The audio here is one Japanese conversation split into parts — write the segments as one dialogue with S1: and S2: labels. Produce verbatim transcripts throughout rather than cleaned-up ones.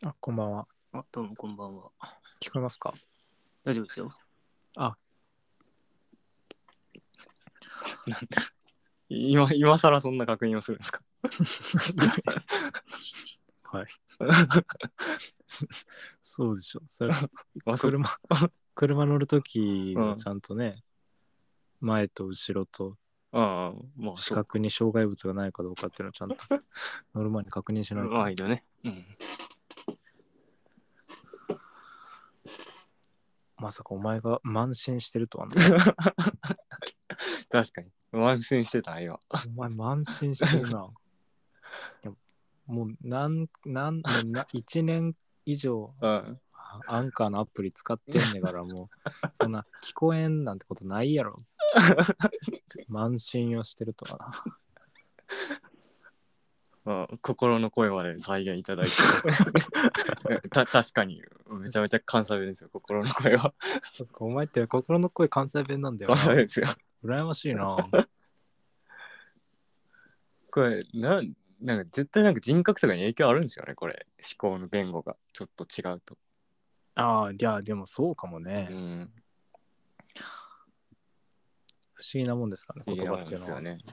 S1: あ、こんばんは。
S2: あ、どうもこんばんは。
S1: 聞こえますか？
S2: 大丈夫ですよ。
S1: あ、
S2: なんだ今、今更そんな確認をするんですか？
S1: はい。そうでしょ。それ
S2: あ、そう。
S1: 車、車乗るときは
S2: うん。
S1: ちゃんとね、前と後ろと
S2: ああ、まあ
S1: 視
S2: そう。
S1: 覚に障害物がないかどうかっていうのをちゃんと乗る前に確認しないと。
S2: まあいいよね。うん。
S1: まさかお前が慢心してるとはな。
S2: 確かに。安心してた、今。
S1: お前慢心してるな。いやもうなんなんもうな一年以上
S2: うん。
S1: アンカーのアプリ使ってんねんからもうそんな聞こえんなんてことないやろ。慢心をしてるとはな。
S2: まあ、心の声まで再現いただいて。た確かに、めちゃめちゃ関西弁ですよ、心の声は。
S1: そっか、お前って心の声関西弁なんだよ
S2: 関西弁
S1: な。
S2: ですよ。
S1: 羨ましいな。
S2: これ、なん、なんか絶対なんか人格とかに影響あるんですよね、これ。思考の言語がちょっと違うと。
S1: ああ、いや、でもそうかも
S2: う
S1: ね。
S2: ん。
S1: 不思議なもんですかね、言
S2: いいなもん
S1: 葉っていうのは。
S2: ですよね。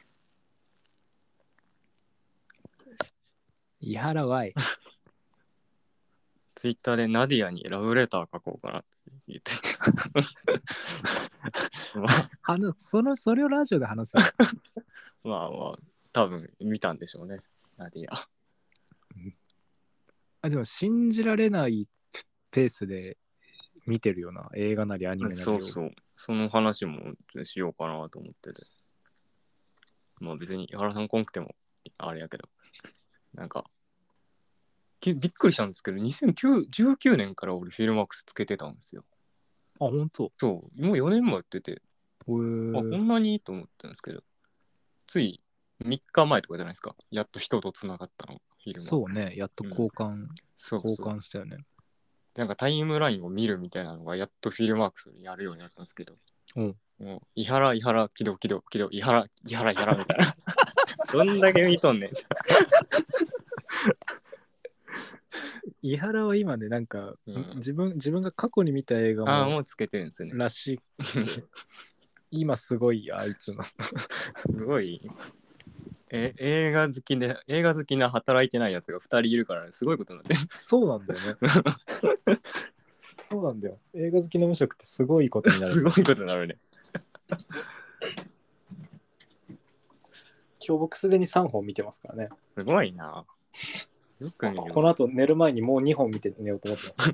S1: 伊原はい。
S2: ツイッターでナディアにラブレター書こうかなって言ってまあ
S1: あの、その、それをラジオで話すの。
S2: まあまあ多分見たんでしょうね、ナディア。
S1: あ、でも信じられないペースで見てるような映画なりアニメなりを。
S2: そうそう、その話もしようかなと思ってて、まあ別に原さん来んくてもあれやけど、なんかきびっくりしたんですけど、にせんじゅうきゅうねんから俺フィルマークスつけてたんですよ。
S1: あ、ほんと。
S2: そうもうよねんもやってて、
S1: へ
S2: あこ
S1: え。
S2: んなにと思ったんですけど、ついみっかまえとかじゃないですか、やっと人とつながったのフィルマークス。
S1: そうね、やっと
S2: うん、
S1: 交換、交
S2: そうそう、
S1: 換したよね。
S2: なんかタイムラインを見るみたいなのがやっとフィルマークスでやるようになったんですけど、
S1: うん。
S2: もう、伊原、伊原、キドキド、キド、伊原、伊原、伊原みたいな。どんだけ見とんねん。
S1: 伊原は今ね、なんか、
S2: うん、
S1: 自分、自分が過去に見た映画
S2: ああ、
S1: も
S2: もうつけてるんですね。
S1: らしくて、今すごいよ、あいつの。
S2: すごい、え、映画好きで、映画好きな働いてないやつがふたりいるから、ね、すごいことになってる。
S1: そうなんだよね。そうなんだよ。映画好きの無職ってすごいことになるんだよ。
S2: すごいことになるね。
S1: 今日僕すでにさんぼん見てますからね。
S2: すごいな。よく見る
S1: この後寝る前にもうにほん見て寝ようと思ってます。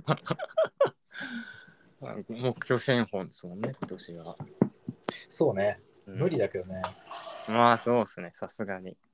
S2: わ。目標せんほんですもんね、今年は。
S1: そうね。
S2: うん、
S1: 無理だけどね。
S2: まあ、そうっすね、さすがに。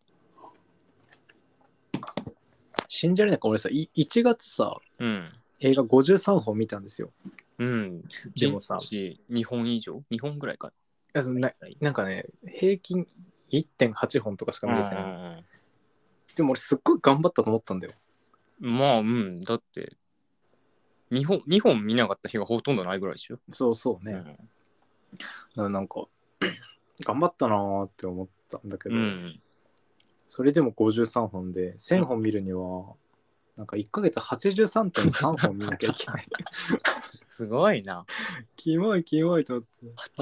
S1: 信じられないか、俺さ、いいちがつさ、
S2: うん。
S1: 映画ごじゅうさんほん見たんですよ。
S2: うん。
S1: でもさ、
S2: にほん以上 ?に 本ぐらいか。
S1: いやそのななんかね、平均いってんはちほんとかしか見れてない。
S2: うんうんうん、
S1: でも俺すっごい頑張ったと思ったんだよ。
S2: まあ、うん。だって、にほん、にほん見なかった日がほとんどないぐらいでしょ。
S1: そうそうね。
S2: うん。
S1: だからなんか、頑張ったなーって思ったんだけど、
S2: うん、
S1: それでもごじゅうさんほんで、せんほん見るには、なんかいっかげつ はちじゅうさんてんさん 本見なきゃいけない。
S2: すごいな。
S1: キモいキモいと思って。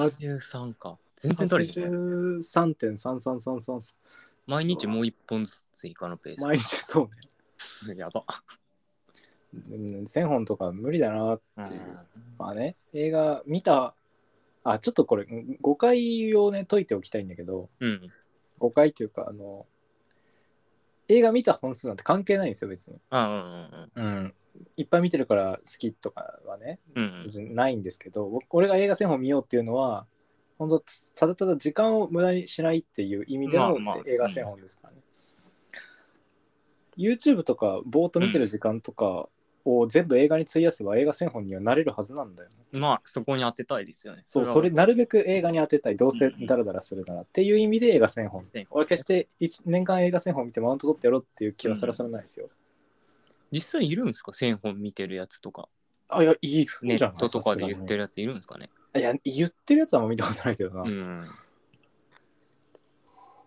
S2: はちじゅうさんか。全然取れてない。
S1: はちじゅうさんてんさんさんさんさん。
S2: 毎日もういっぽんずつ追加のペース。
S1: 毎日そう
S2: ね。やば。
S1: ね。せんほんとか無理だなっていう。
S2: うん、
S1: まあね、映画見た、あ、ちょっとこれ誤解をね、解いておきたいんだけど、
S2: うん。
S1: 誤解というか、あの、映画見た本数なんて関係ないんですよ、別に。
S2: あ
S1: うん。いっぱい見てるから好きとかはね、
S2: うんうん。
S1: 別にないんですけど、僕俺が映画せんほん見ようっていうのは、本当ただただ時間を無駄にしないっていう意味での
S2: まあまあ
S1: 映画せんほんですからね。うん、YouTube とかぼーっと見てる時間とかを全部映画に費やせば映画せんほんにはなれるはずなんだよね。
S2: まあ、そこに当てたいですよね。
S1: そう、それなるべく映画に当てたい。どうせ
S2: うんうん
S1: ダラダラするならっていう意味で映画せんほん。
S2: せんほん
S1: 俺決していちねんかん映画せんほん見てマウント取ってやろうっていう気はさらさらないですよ。
S2: 実際いるんですか？ せん 本見てるやつとか。
S1: あ、いや、いる
S2: ネ
S1: じゃない
S2: ットとかで言
S1: さすがに
S2: ってるやついるんですかね？
S1: いや、言ってるやつはもう見たことないけどな。
S2: うん。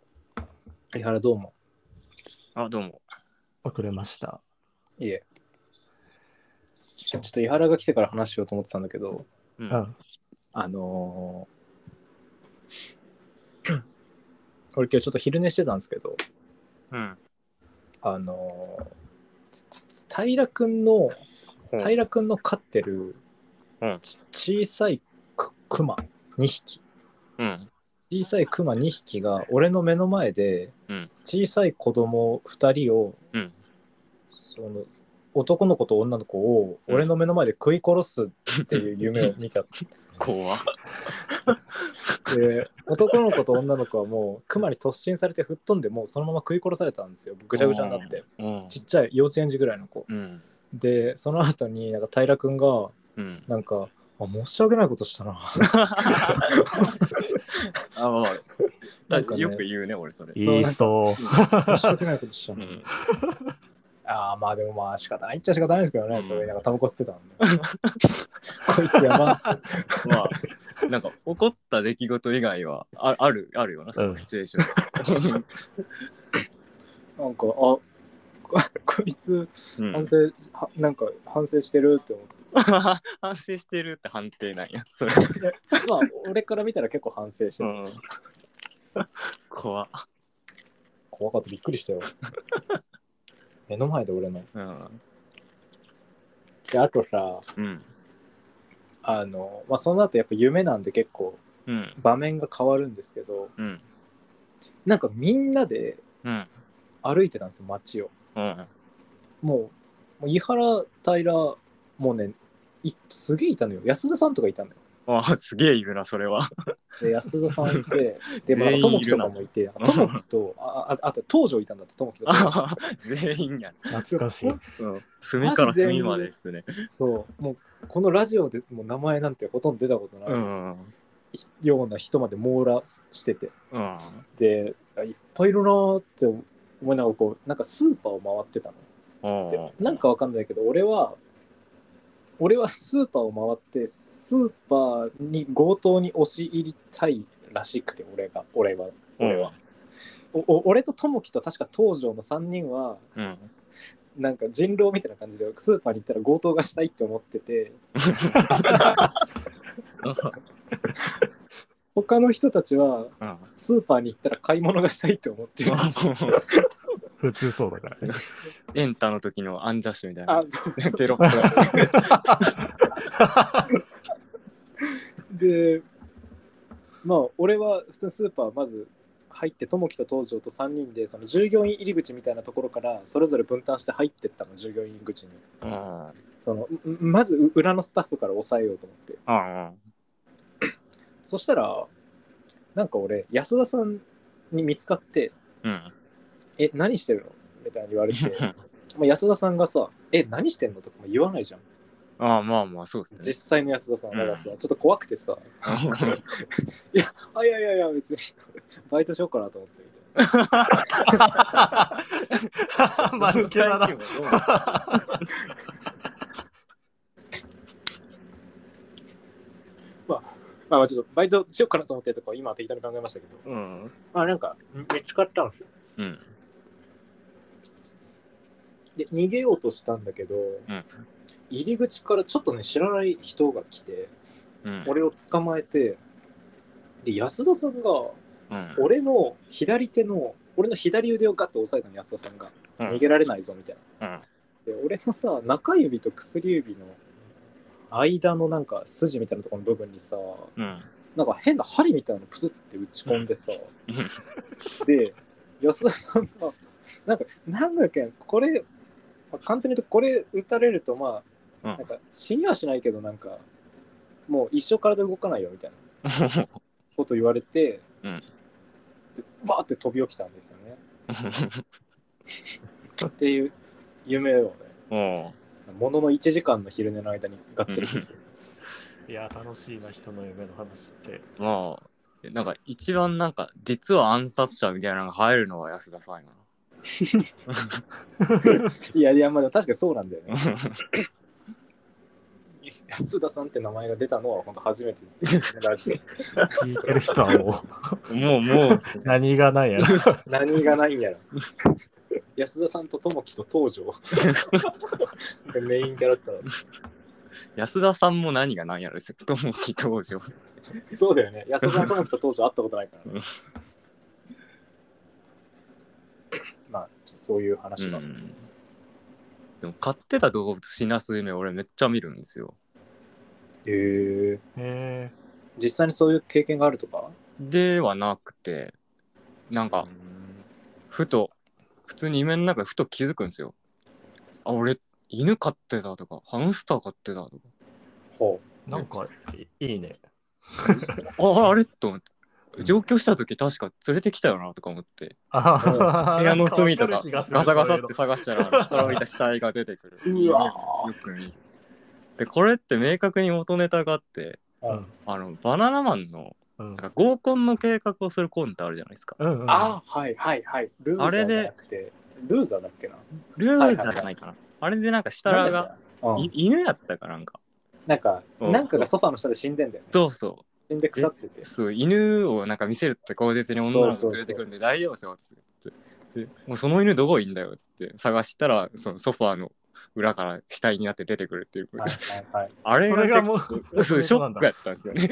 S1: 井原どうも。
S2: あ、どうも。
S3: 遅れました。
S1: いえ。 ちょっと井原が来てから話しようと思ってたんだけど、
S2: う。
S3: うんん。
S1: あのー、俺今日ちょっと昼寝してたんですけど、
S2: うん。
S1: あのー、平くんの平くんの飼ってる、
S2: うん、
S1: 小さいクマにひき、
S2: うん、
S1: 小さいクマにひきが俺の目の前で、
S2: うん、
S1: 小さい子供ふたりを、
S2: うん、
S1: その男の子と女の子を俺の目の前で食い殺すっていう夢を見ちゃって、
S2: 怖っ。
S1: で男の子と女の子はもうクマに突進されて吹っ飛んで、もうそのまま食い殺されたんですよ。ぐちゃぐちゃになって、
S2: うん、
S1: ちっちゃい幼稚園児ぐらいの子、
S2: うん、
S1: でその後になんか平くんが
S2: うん、
S1: なんか、あ、申し訳ないことしたな
S2: あ、まあ、
S1: なんかね、
S2: よく言うね、俺それ。
S3: 言いそう。
S1: 申し訳ないことしたな、
S2: うん、
S1: ああ、まあでもまあ仕方ないっちゃ仕方ないですけどね、
S2: うん、
S1: それなんかタバコ吸ってたんでこいつやば
S2: まあなんか起こった出来事以外はああるあるよな、そのシチュエーション。
S1: なんか、あ、こ, こいつ
S2: うん
S1: 反省、はなんか反省してるって思って、
S2: 反省してるって判定なんや、それ。
S1: まあ俺から見たら結構反省してる、
S2: うん、怖っ。
S1: 怖かった、びっくりしたよ目の前で俺の。
S2: うん、
S1: であとさ、
S2: うん、
S1: あの、まあ、その後やっぱ夢なんで結構
S2: うん、
S1: 場面が変わるんですけど、
S2: うん、
S1: なんかみんなで
S2: うん、
S1: 歩いてたんですよ、街を。
S2: うん、
S1: もう、もう井原平もうね、いすげえいたのよ。安田さんとかいたのよ。
S2: あ、すげえいるな、それは。
S1: で安田さんいて、で、まあ、
S2: 全員
S1: 友樹と
S2: いるな
S1: かもいて、友樹と、あ、ああと東條いたんだって、友樹と東條。
S2: あ全員や。
S3: 懐かしい。
S2: うん、隅から隅までですね。
S1: そう、もうこのラジオでもう名前なんてほとんど出たことない、
S2: うん、
S1: ような人まで網羅してて、
S2: うん、
S1: で、いっぱいいるなーって思いながら、こう、なんかスーパーを回ってたの。で、なんかわかんないけど、俺は、俺はスーパーを回ってスーパーに強盗に押し入りたいらしくて、俺が俺は俺は、うん、おお俺と友樹と確か東條のさんにんは、うん、なんか人狼みたいな感じでスーパーに行ったら強盗がしたいって思ってて他の人たちはスーパーに行ったら買い物がしたいって思ってる
S3: 普通そうだからね。
S2: エンタの時のアンジャッシュみたいな。
S1: あ、そうそう
S2: テロップ
S1: で、まあ俺は普通スーパーまず入って、友樹と東條とさんにんでその従業員入り口みたいなところからそれぞれ分担して入ってったの、従業員口に。あそのまず裏のスタッフから抑えようと思って。あそしたらなんか俺安田さんに見つかって、うん、え何してるのみたいに言われてまあ安田さんがさ、え何してんのとかも言わないじゃん。
S2: ああまあまあそうですね。
S1: 実際の安田さんだからさ、うん、ちょっと怖くてさいやあいやいやいや別にバイトしようかなと思ってみたいな
S3: マヌケだな
S1: まあまあちょっとバイトしようかなと思ってとか今は適当に考えましたけど、うん、まあなんか見つかったんですよ。うん、で逃げようとしたんだけど、うん、入り口からちょっとね知らない人が来て、うん、俺を捕まえて、で安田さんが、うん、俺の左手の俺の左腕をガッと押さえたの、安田さんが、うん、逃げられないぞみたいな、うん、で俺のさ中指と薬指の間のなんか筋みたいなところの部分にさ、うん、なんか変な針みたいなのプスって打ち込んでさ、うん、で安田さんがなんかなんだっけこれ、まあ、簡単に言うとこれ打たれるとまあ、うん、なんか死にはしないけどなんかもう一生体動かないよみたいなこと言われて、うん、でバーって飛び起きたんですよねっていう夢をね、もののいちじかんの昼寝の間にがっつり見て
S3: いや楽しいな人の夢の話って。
S2: まあなんか一番なんか実は暗殺者みたいなのが入るのは安田さんや
S1: ないやいやまあ確かにそうなんだよね安田さんって名前が出たのは本当初めてラジオ
S3: 聞いてる人はも
S2: うもうもう
S3: 何がないやろ
S1: 何がないんやろ安田さんと友樹と東條メインキャラクター
S2: 安田さんも何が何やらですよ、友樹登場。
S1: そうだよね。安田さんと当時会ったことないから、ね。まあ、そういう話が。うん、
S2: でも、飼ってた動物死なす夢、俺めっちゃ見るんですよ。
S1: へえ。
S3: へえ。
S1: 実際にそういう経験があるとか
S2: ではなくて、なんか、ふと、普通に夢の中でふと気づくんですよ。あ、俺、犬飼ってたとか、ハムスター飼ってたとか。
S3: ほう。なんか、いいね。
S2: あ、あれと思って。上京した時確か連れてきたよなとか思って。部屋の隅とかガサガサって探したら人がいた死体が出てくる。
S1: うわ
S2: よく見る。で、これって明確に元ネタがあって、うん、あの、バナナマンの、なんか合コンの計画をするコントあるじゃないですか。
S1: うんうん、あ、はいはいはい。ルーザーじゃなくて、ルーザーだっけな。
S2: ルーザーじゃないかな。あれでなんか設楽が、うん、犬やったかなんか。
S1: なんか、なんかがソファーの下で死んでんだよね。
S2: そうそう。
S1: 死んで腐ってて。
S2: そう、犬をなんか見せるって口実に女の子連れてくるんで大丈夫ですよって言って。もうその犬どこいいんだよって言って探したら、そのソファーの裏から死体になって出てくるっていう。はいはいはい、あれがもうそうショックやったんですよね。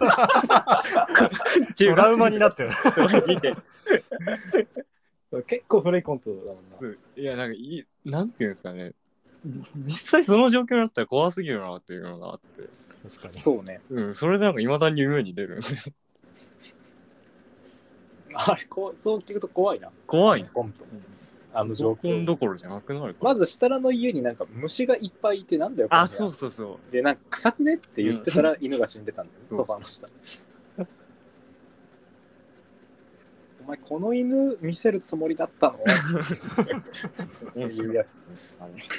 S3: トラウマになってる。見て
S1: 結構古いコントだもんな。
S2: いや、なんかいい、なんていうんですかね。実際その状況になったら怖すぎるなっていうのがあって。
S1: 確かに。そうね。
S2: うん、それでなんか未だに夢に出るんですよ。
S1: あれこう、そう聞くと怖いな。
S2: 怖い
S1: コント。あの状況
S2: どころじゃなくなる。
S1: まず設楽の家になんか虫がいっぱいいてなんだよ。
S2: あ、そうそうそう。
S1: で、なんか臭くねって言ってたら犬が死んでたんだよ、うん、ソファーの下。お前この犬見せるつもりだったの？そういうやつ。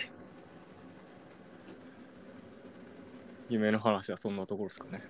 S2: 夢の話はそんなところですかね。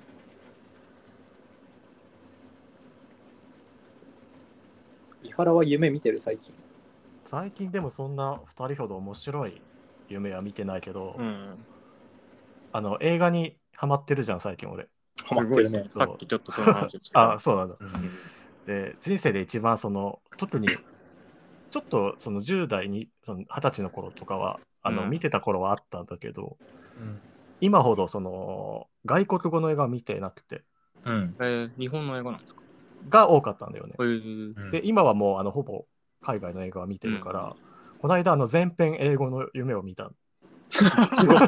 S1: 伊原は夢見てる最近。
S3: 最近でもそんなふたりほど面白い夢は見てないけど、うん、あの映画にハマってるじゃん最近俺。
S1: ハマってるね。
S2: さっきちょっとその話してた。
S3: あ、そうなんだ。うん、で人生で一番その特にちょっとそのじゅう代にそのはたちの頃とかはあの、うん、見てた頃はあったんだけど、うん、今ほどその外国語の映画を見てなくて、
S2: うんえー、日本の映画なんですか
S3: が多かったんだよね。
S2: えー、
S3: で今はもうあのほぼ海外の映画を見てるから、うん、この間あの全編英語の夢を見た。すごい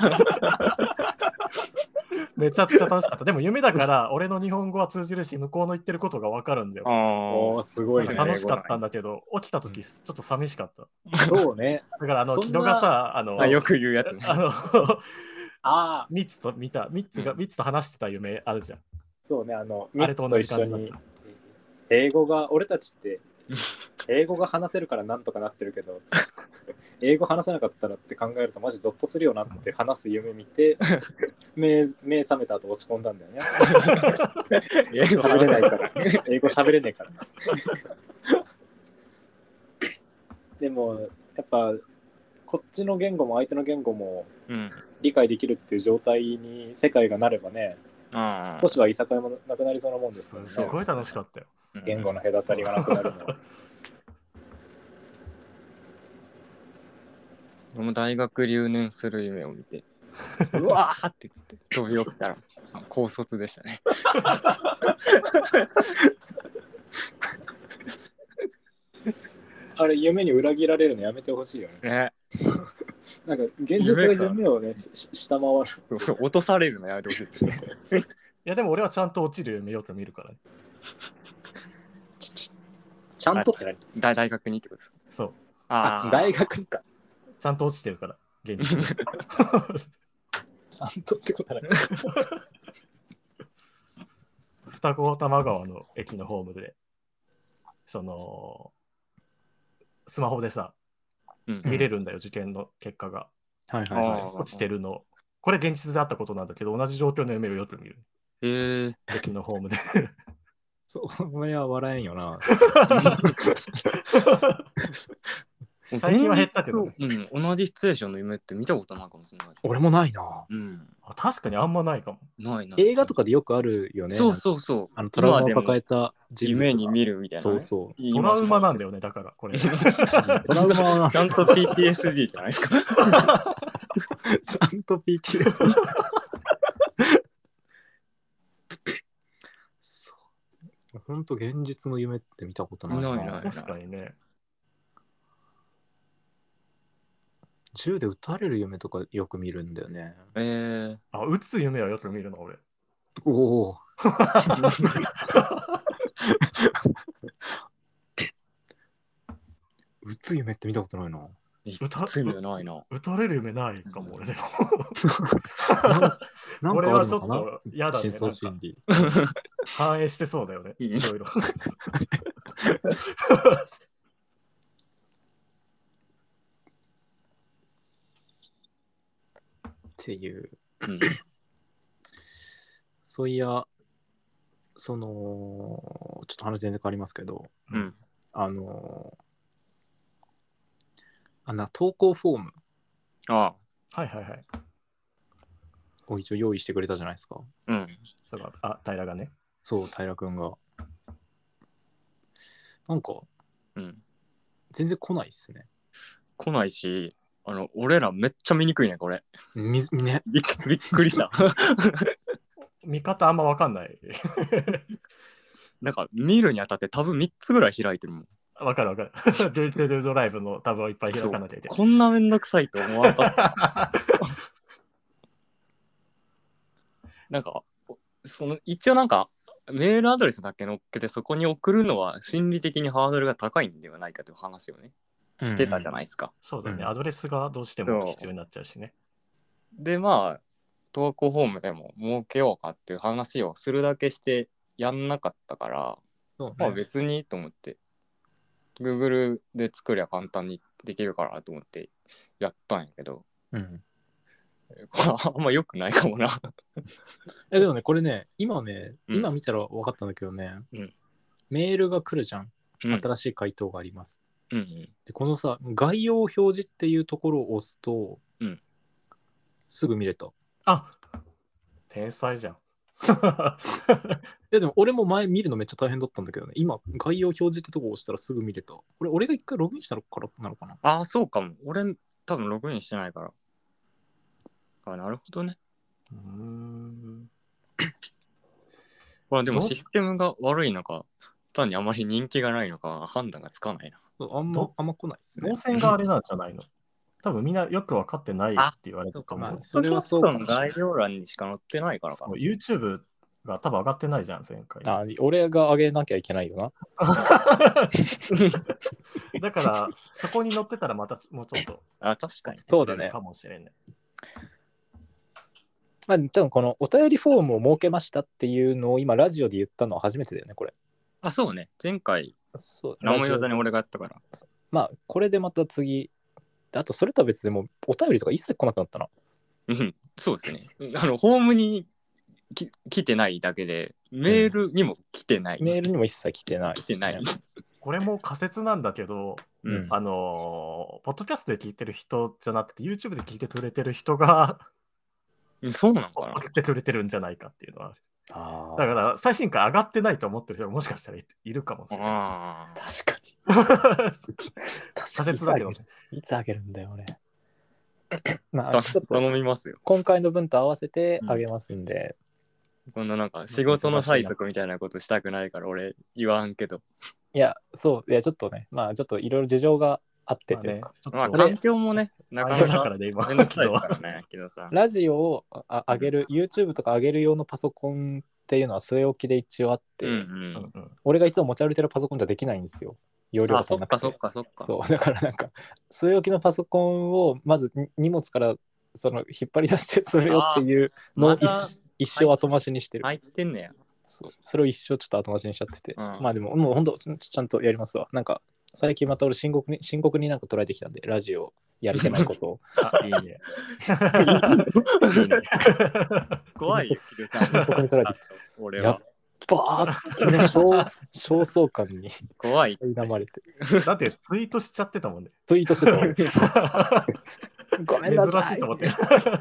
S3: めちゃくちゃ楽しかった。でも夢だから俺の日本語は通じるし向こうの言ってることが分かるんだよ。
S1: ああすごいね。
S3: 楽しかったんだけど起きた時ちょっと寂しかった。
S1: そうね。
S3: だからあの木戸がさあの
S2: あよく言うやつ、ね、
S3: あの
S1: あ
S3: ミッツと見たミッツが、うん、ミッツと話してた夢あるじゃん。
S1: そうねあのミッツと一緒に英語が俺たちって英語が話せるからなんとかなってるけど英語話せなかったらって考えるとマジゾッとするよなって話す夢見て目, 目覚めた後落ち込んだんだよね。英語喋れないから英語喋れねえからでもやっぱこっちの言語も相手の言語も理解できるっていう状態に世界がなればね、うん、少しはいさかいもなくなりそうなもんですよね。
S3: すごい楽しかったよ。
S1: 言語の隔たりがなくなるのは。
S2: 俺も大学留年する夢を見てうわーって言って飛び起きたら高卒でしたね。
S1: あれ夢に裏切られるのやめてほしいよね。
S2: ね
S1: なんか現実が夢をね下回る。
S2: そう落とされるのやめてほしいですね。
S3: いやでも俺はちゃんと落ちる夢よく見るから、ね、
S1: ち, ちゃんとって
S2: 何？大学にってことですか？
S3: そう。
S1: ああ大学にか。
S3: ちゃんと落ちてるから現実ち
S1: ゃんとってことはない。
S3: 二子玉川の駅のホームでそのスマホでさ、うん、見れるんだよ受験の結果が、
S1: はいはいはい、
S3: 落ちてるの。これ現実であったことなんだけど同じ状況の夢をよく見る。
S2: えー、
S3: 駅のホームで
S1: それは笑えんよな。
S3: 最近は減ったけど、ね
S2: うん、同じシチュエーションの夢って見たことないかもしれないです、
S1: ね、俺もないな、
S2: うん、
S3: あ確かにあんまないかも。
S2: ないな。
S1: 映画とかでよくあるよね。
S2: そうそうそう。
S1: あのトラウマを抱えた
S2: 夢に見るみたいな、
S1: ね、そうそう。
S3: トラウマなんだよねだからこれ。ト
S2: ラウマちゃんと ピーティーエスディー じゃないですか。
S1: ちゃんと ピーティーエス そうほんと現実の夢って見たことないな。
S2: ないない
S3: 確かにね。
S1: 銃で撃たれる夢とかよく見るんだよね。
S2: えー、
S3: あ、撃つ夢はよく見るの、俺。
S1: おお。撃つ夢って見たことないな。
S2: 撃つ夢ないな。
S3: 撃たれる夢ないかも、俺でも。
S1: なん
S3: 俺はちょっ
S1: かあるのかな
S3: と嫌だね。
S1: 深層心理。
S3: 反映してそうだよね。
S2: うん
S3: いろいろ。
S1: っていう。
S2: うん、
S1: そういや、その、ちょっと話全然変わりますけど、
S2: うん、
S1: あの、あんな投稿フォーム
S2: あ
S3: あはいはいはい。
S1: を一応用意してくれたじゃないですか。
S2: うん。
S3: そうか、あ、平がね。
S1: そう、平くんが。なんか、
S2: うん、
S1: 全然来ないっすね。
S2: 来ないし、あの、俺らめっちゃ見にくいね、これ。
S1: みね、
S2: びっびっくりした。
S3: 見方あんまわかんない。
S2: なんか、見るにあたって多分みっつぐらい開いてるもん。
S3: わかるわかる。デューテルドライブのタブをいっぱい開かなきゃいけない。
S2: こんなめんどくさいと思わなかった。なんか、その一応なんか、メールアドレスだけ載っけてそこに送るのは心理的にハードルが高いんではないかという話をね、してたじゃないですか。
S3: そうだね、
S1: うん
S3: アドレスがどうしても必要になっちゃうしね。
S2: で、まあ、投稿フォームでも設けようかっていう話をするだけしてやんなかったから、
S1: そうね、
S2: まあ別にと思って、Google で作りゃ簡単にできるからと思ってやったんやけど、
S1: うん、
S2: あんま良くないかもな。
S1: えでもね、これね、今ね、
S2: うん
S1: 今見たら分かったんだけどね、
S2: うん、
S1: メールが来るじゃん。
S2: うん、
S1: 新しい回答があります。
S2: うんうん、
S1: で、このさ、概要表示っていうところを押すと、
S2: うん、
S1: すぐ見れた。
S3: あ天才じゃん。
S1: えでも俺も前見るのめっちゃ大変だったんだけどね、今、概要表示ってとこを押したらすぐ見れた。これ、俺が一回ログインしたのからなのかな。
S2: ああ、そうかも。俺、多分ログインしてないから。あ、なるほどね。
S3: うーん
S2: まあでも
S3: どう
S2: システムが悪いのか、単にあまり人気がないのか判断がつかないな。
S1: あんま
S3: ど
S1: あんま来ないっすね
S3: 動。線があれなんじゃないの？多分みんなよく分かってないって言われてたもん。
S1: まあそれはそうかもしれない
S2: 概要欄にしか載ってないからか
S3: そう。YouTube が多分上がってないじゃん、前回。
S1: あ、俺が上げなきゃいけないよな。
S3: だから、そこに載ってたらまたもうちょっと。
S2: あ、確かに。
S1: そうだね。
S3: かもしれない。
S1: まあ、多分このお便りフォームを設けましたっていうのを今ラジオで言ったのは初めてだよね、これ。
S2: あ、そうね。前回、
S1: そう
S2: 何も言わずに俺がやったから。
S1: まあ、これでまた次、あとそれとは別でもうお便りとか一切来なくなったな。
S2: うん、そうですね。あの、ホームにき来てないだけで、メールにも来てない。
S1: うん、メールにも一切来てない、ね。
S2: 来てない。
S3: これも仮説なんだけど、
S2: うん、
S3: あのー、ポッドキャストで聞いてる人じゃなくて、YouTube で聞いてくれてる人が、
S2: そうなのかな。
S3: 送ってくれてるんじゃないかっていうのはある。
S1: あ
S3: だから最新回上がってないと思ってる人がもしかしたら い, いるかもしれない。
S2: あ
S1: 確かに。
S3: 仮説だけどね。
S1: いつ上げるんだよ、俺。ま
S2: あ、
S1: あ、ちょっと
S2: 頼みますよ。
S1: 今回の分と合わせて上げますんで。
S2: うん、こんななんか仕事の催促みたいなことしたくないから俺言わんけど。
S1: いや、そう、いや、ちょっとね、まあ、ちょっといろいろ事情があってというか。
S2: まあ、ね、まあ、環境もね、
S3: なかなかからね、今。
S2: めんどくさいからね、けどさ。
S1: ラジオをあ上げる、YouTube とか上げる用のパソコンっていうのは据え置きで一応あって、
S2: うんうん、
S1: 俺がいつも持ち歩いてるパソコンじゃできないんですよ。容量が足りなくて。
S2: あ、そっかそっかそっか。
S1: そう、だからなんか、据え置きのパソコンをまず荷物からその引っ張り出してそれよっていうのを一,、ま、一生後回しにしてる。
S2: 入ってんねや。
S1: そう、それを一生ちょっと後回しにしちゃってて、
S2: うん、
S1: まあでももうほんとちゃんとやりますわ。なんか最近また俺深刻に深刻になんか捉えてきたんで、ラジオやりてないことを。
S3: あ、いいね。
S2: いいね怖いよ、キルさん。
S1: 深刻に捉えてきた。
S2: 俺は。
S1: バーッと焦燥感に
S2: 怖い
S1: 苛まれて。
S3: だってツイートしちゃってたもんね。
S1: ツイートしてた。ごめんなさい。
S3: 珍しいと思って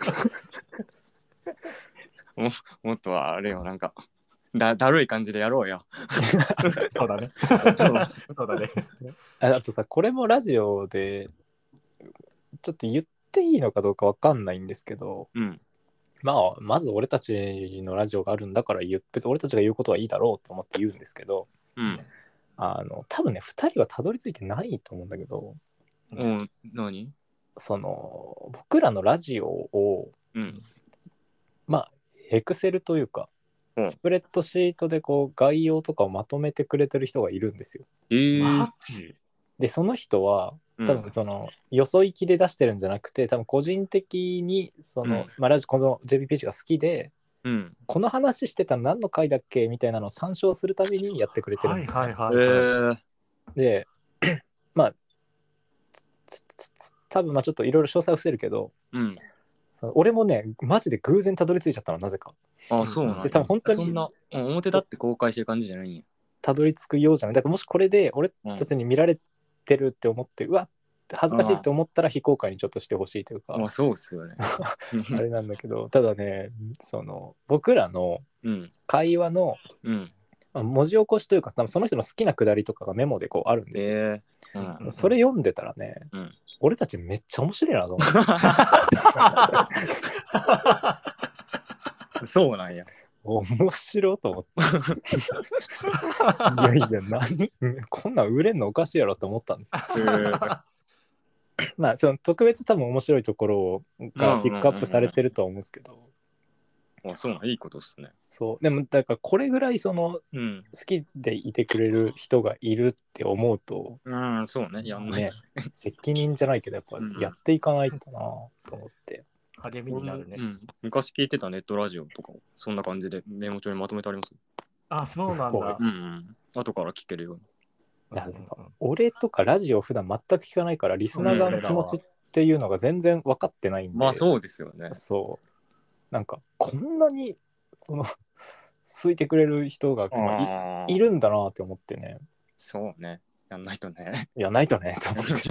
S2: も。もっとあれよ、なんか。だ, だるい感じでやろうよ。
S3: そうだね。そうだね。
S1: あ, あとさ、これもラジオでちょっと言っっていいのかどうかわかんないんですけど、
S2: うん、
S1: まあまず俺たちのラジオがあるんだから言う、別に俺たちが言うことはいいだろうと思って言うんですけど、
S2: うん、
S1: あの多分ねふたりはたどり着いてないと思うんだけど、
S2: うん、何？
S1: その僕らのラジオを、
S2: うん、
S1: まあエクセルというか、
S2: うん、
S1: スプレッドシートでこう概要とかをまとめてくれてる人がいるんですよ。
S2: えー、
S3: マジ？
S1: でその人は多分その、うん、よそ行きで出してるんじゃなくて、多分個人的にその、うんまあ、ラジこの ジェーピーピージー が好きで、うん、この話してたの何の回だっけみたいなのを参照するためにやってくれてるんです、ね。
S3: はいはいはい、はい、えー、
S1: でまあ多分まあちょっといろいろ詳細は伏せるけど、うん、その俺もねマジで偶然たどり着いちゃったの、なぜか。
S2: ああそうなん
S1: で多分本当に
S2: そんな表だって公開してる感じじゃないんや。
S1: たどり着くようじゃない。だからもしこれで俺たちに見られてるって思って、うん、うわ恥ずかしいって思ったら非公開にちょっとしてほしいというか、
S2: まあそうですよね
S1: あれなんだけど、ただねその僕らの会話の、うんまあ、文字起こしというかその人の好きなくだりとかがメモでこうあるんですよ、えーうん、それ読んでたらね、うん、俺たちめっちゃ面白いなと思って
S2: そうなんや、
S1: 面白いと思っていやいや何こんなん売れんのおかしいやろと思ったんですよ、えーまあその特別多分面白いところがピックアップされてるとは思うんですけど、
S2: あ、そうなんいいことですね。
S1: そうでもだからこれぐらいその、うん、好きでいてくれる人がいるって思うと、
S2: うんそうねやんない
S1: ね責任じゃないけどやっぱやっていかないとなと思って、
S3: うん、励みになるね、
S2: うん、昔聞いてたネットラジオとかそんな感じでメモ帳にまとめてあります。
S3: あ、そうなんだ。
S2: うんうん、後から聞けるように。
S1: だから俺とかラジオ普段全く聞かないからリスナー側の気持ちっていうのが全然分かってないんで、
S2: まあそうですよね。
S1: そうなんかこんなにその好いてくれる人が、まあ、い, いるんだなって思ってね。
S2: そうねやんないとね
S1: やんないとねと思って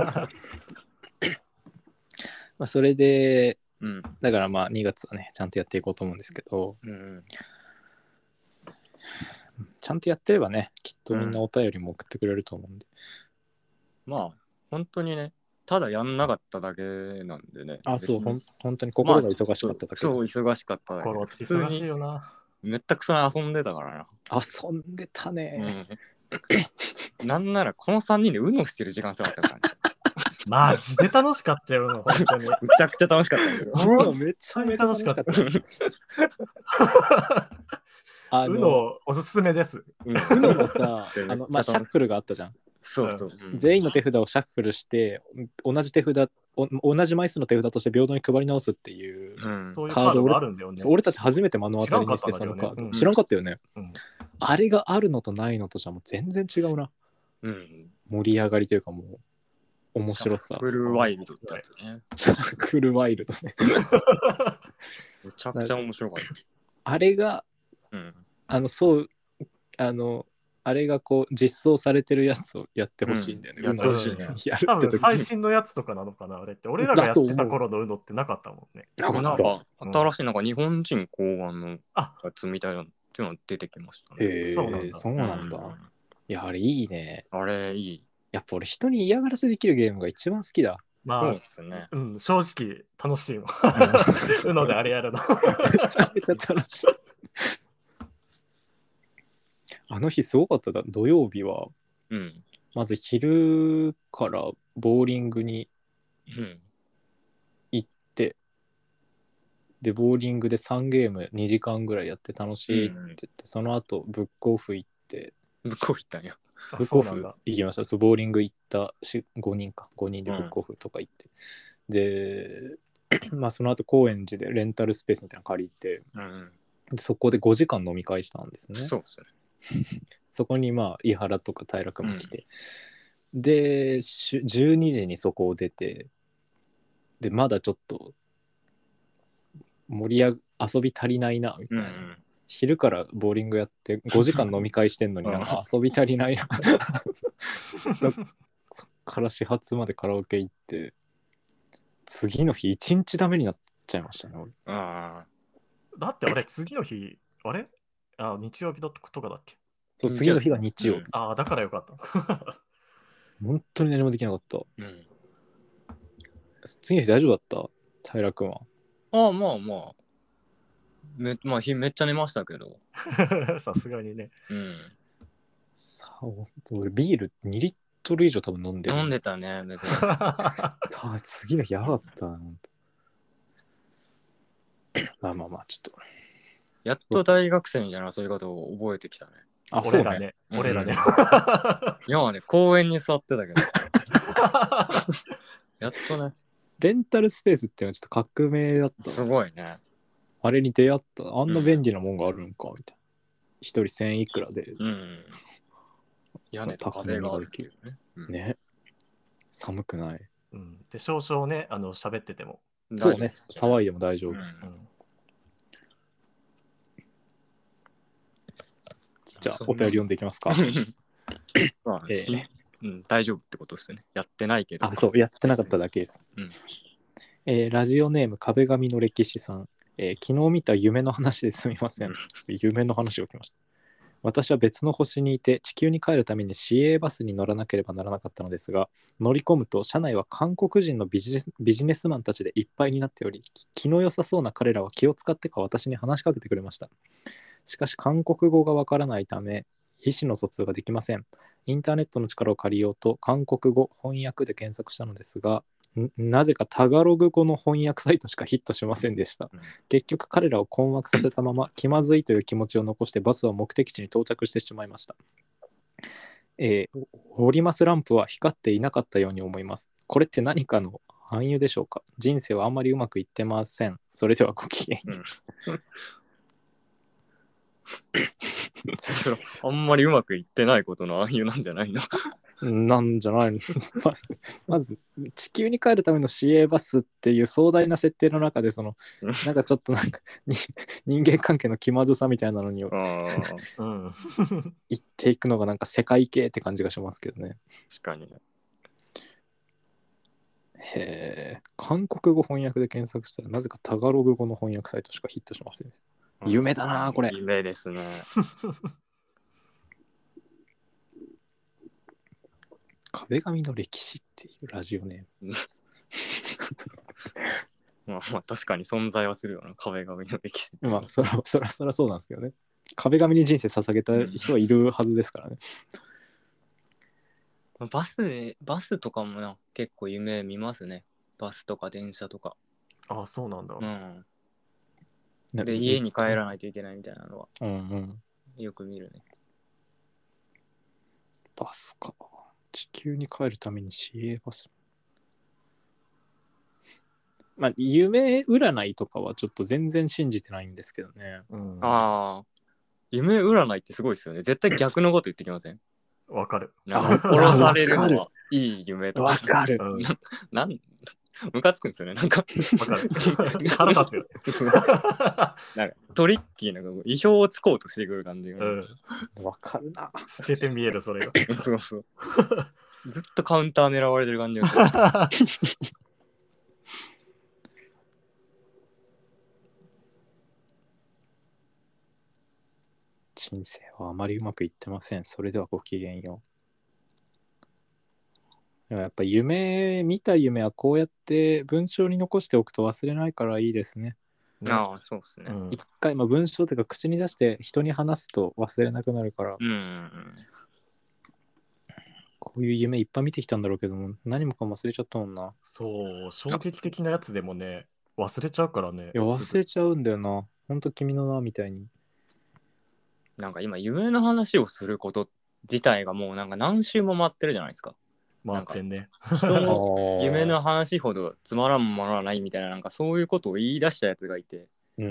S1: まあそれで、うん、だからまあにがつはねちゃんとやっていこうと思うんですけど、うん、ちゃんとやってればねきっとみんなお便りも送ってくれると思うんで、
S2: うん、まあ本当にねただやんなかっただけなんでね。
S1: あ、そう、ほん本当に心が忙しかっただけ、まあ、
S2: そう、忙しかっただけ。
S3: 心って忙しいよな。
S2: めったくそに遊んでたからな。
S1: 遊んでたね、
S2: うん、なんならこのさんにんでウノしてる時間すらあったからね。
S3: マジで楽しかったよ、本当に。
S2: めちゃくちゃ楽しかったんだけど。
S1: めちゃめちゃ楽しかった。
S3: あのウノおすすめです。
S1: ウノもさ、あのまあシャッフルがあったじゃん。
S2: そうそう、
S1: うん、全員の手札をシャッフルして同じ手札同じ枚数の手札として平等に配り直すっていう
S3: カードがあるんだよね。
S1: 俺たち初めて目の当たりにしてそのカード知らんかったよね、うん、あれがあるのとないのとじゃもう全然違うな、うん、盛り上がりというかもう面白さ。
S2: シャッフルワイルドってやつね。
S1: シャッフルワイルドね
S2: めちゃくちゃ面白かった。
S1: あれが、うん、あのそうあのあれがこう実装されてるやつをやってほしいんだよね。
S2: うん、やってほしいね。
S3: 多分最新のやつとかなのかなあれって。俺らがやってた頃のウノってなかったもんね。
S1: なかった。
S2: なんか新しいなんか日本人考案のやつみたいなっていうのが出てきましたね。
S1: へえ、そうなんだ。そうなんだ。うん、いやあれいいね。
S2: あれいい。
S1: やっぱ俺人に嫌がらせできるゲームが一番好きだ。
S3: まあ、そうですね。うん、正直楽しいの。ウノであれやるの。
S1: めちゃめちゃ楽しい。あの日すごかっただ。土曜日は、うん、まず昼からボーリングに行って、うん、でボーリングでさんゲームにじかんぐらいやって楽しいって言って、うん、その後ブックオフ行って、
S2: ブックオフ行ったんや。
S1: ブックオフ行きました。ボーリング行ったごにんかごにんでブックオフとか行って、うん、でまあその後高円寺でレンタルスペースみたいなの借りて、うん、でそこでごじかん飲み会したんですね。
S2: そうですね。
S1: そこにまあ井原とか平君も来て、うん、でじゅうにじにそこを出て、でまだちょっと盛り上が遊び足りないなみたいな、うん、昼からボーリングやってごじかん飲み会してんのになんか遊び足りないなそ, そっから始発までカラオケ行って、次の日一日ダメになっちゃいましたね俺。
S3: あだってあれ次の日あれあ日曜日とかだっけ。
S1: そう次の日が日曜日、うん、
S3: ああだからよかった
S1: 本当に何もできなかった、うん、 次の日大丈夫だった平君は。
S2: ああ、まあまあ。め, まあ、めっちゃ寝ましたけど。
S3: さすがにね。
S2: うん。
S1: さあ、俺ビールにリットル以上多分飲んでる。
S2: 飲んでたね、別に。
S1: さあ、次の日やばかったな。まあまあまあ、ちょっと。
S2: やっと大学生みたいな遊び方を覚えてきたね。
S3: あ、俺らね。
S2: うん、
S3: 俺らね。
S2: 今はね、公園に座ってたけど。やっとね。
S1: レンタルスペースっていうのはちょっと革命だった。
S2: すごいね。
S1: あれに出会った。あんな便利なもんがあるんか、みたいな。一人千いくらで。
S2: うん。屋根と壁があるっていうね。
S1: うん、ね。寒くない。
S3: うん、で、少々ね、あの、喋ってても。
S1: そうね、騒いでも大丈夫。うんうん、じゃあ、お便り読んでいきますか。
S2: まあ、えーうん、大丈夫ってことですね。やってないけど。
S1: あ、そう、やってなかっただけです。うんえー、ラジオネーム壁紙の歴史さん、えー、昨日見た夢の話ですみません。うん、夢の話をきました。私は別の星にいて地球に帰るために市営バスに乗らなければならなかったのですが、乗り込むと車内は韓国人のビジネス、ビジネスマンたちでいっぱいになっており、気の良さそうな彼らは気を使ってか私に話しかけてくれました。しかし韓国語がわからないため意思の疎通ができません。インターネットの力を借りようと韓国語翻訳で検索したのですが、なぜかタガログ語の翻訳サイトしかヒットしませんでした。うん、結局彼らを困惑させたまま気まずいという気持ちを残してバスは目的地に到着してしまいました。えー、オリマスランプは光っていなかったように思います。これって何かの暗喩でしょうか。人生はあんまりうまくいってません。それではごきげんよう。うん
S2: あんまりうまくいってないことの暗喩なんじゃないの
S1: なんじゃないのまず、まず地球に帰るための市営バスっていう壮大な設定の中でそのなんかちょっとなんか人間関係の気まずさみたいなのに言っていくのがなんか世界系って感じがしますけどね。
S2: 確かにね。
S1: へえ、韓国語翻訳で検索したらなぜかタガログ語の翻訳サイトしかヒットしません。夢だなこれ。
S2: 夢ですね。
S1: 壁紙の歴史っていうラジオネーム。
S2: まあまあ確かに存在はするよな、壁紙の歴史って。
S1: まあそらそらそらそうなんですけどね。壁紙に人生捧げた人はいるはずですからね。
S2: うん、バスバスとかもな結構夢見ますね。バスとか電車とか。
S3: ああ、そうなんだ。
S2: うん。で家に帰らないといけないみたいなのは、
S1: うんうん、
S2: よく見るね。
S1: バスか。地球に帰るために市営バス。まあ夢占いとかはちょっと全然信じてないんですけどね。
S2: うん、ああ、夢占いってすごいですよね。絶対逆のこと言ってきません？
S3: わかる。
S2: なんか殺されるのはいい夢とか。
S1: わかる。
S2: な、なんムカつくんですよね。なんか
S3: わかる。腹立つよ。
S2: なんかトリッキーな意表をつこうとしてくる感じが。
S1: わ、うん、かるな。
S3: 捨てて見えるそれが。
S2: そうそう。ずっとカウンター狙われてる感じがする。
S1: 人生はあまりうまくいってません。それではごきげんよう。でもやっぱ夢、見た夢はこうやって文章に残しておくと忘れないからいいですね。
S2: ああ、そうですね。
S1: 一回、まあ、文章というか口に出して人に話すと忘れなくなるから。
S2: うんうんうん、
S1: こういう夢いっぱい見てきたんだろうけども、何もかも忘れちゃったもんな。
S3: そう、衝撃的なやつでもね、忘れちゃうからね。
S1: いや、忘れちゃうんだよな。ほんと君の名みたいに。
S2: なんか今、夢の話をすること自体がもうなんか何週も回ってるじゃないですか。
S3: 回ってんね。
S2: 人の夢の話ほどつまらんものはないみたいな、なんかそういうことを言い出したやつがいて、
S1: うん、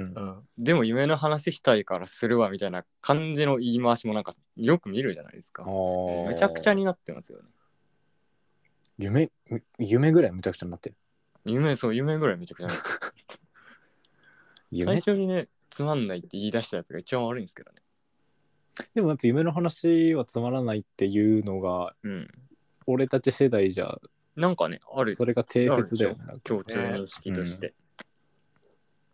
S2: でも夢の話したいからするわみたいな感じの言い回しもなんかよく見るじゃないですか。めちゃくちゃになってますよね。
S1: 夢、夢ぐらいむちゃくちゃになってる。
S2: 夢、そう、夢ぐらいめちゃくちゃになってる。最初にね、つまんないって言い出したやつが一番悪いんですけどね。
S1: でもやっぱ夢の話はつまらないっていうのが、うん、俺たち世代じゃ
S2: なんかね、ある。
S1: それが定説だよね。
S2: 共通認識として、
S1: うん。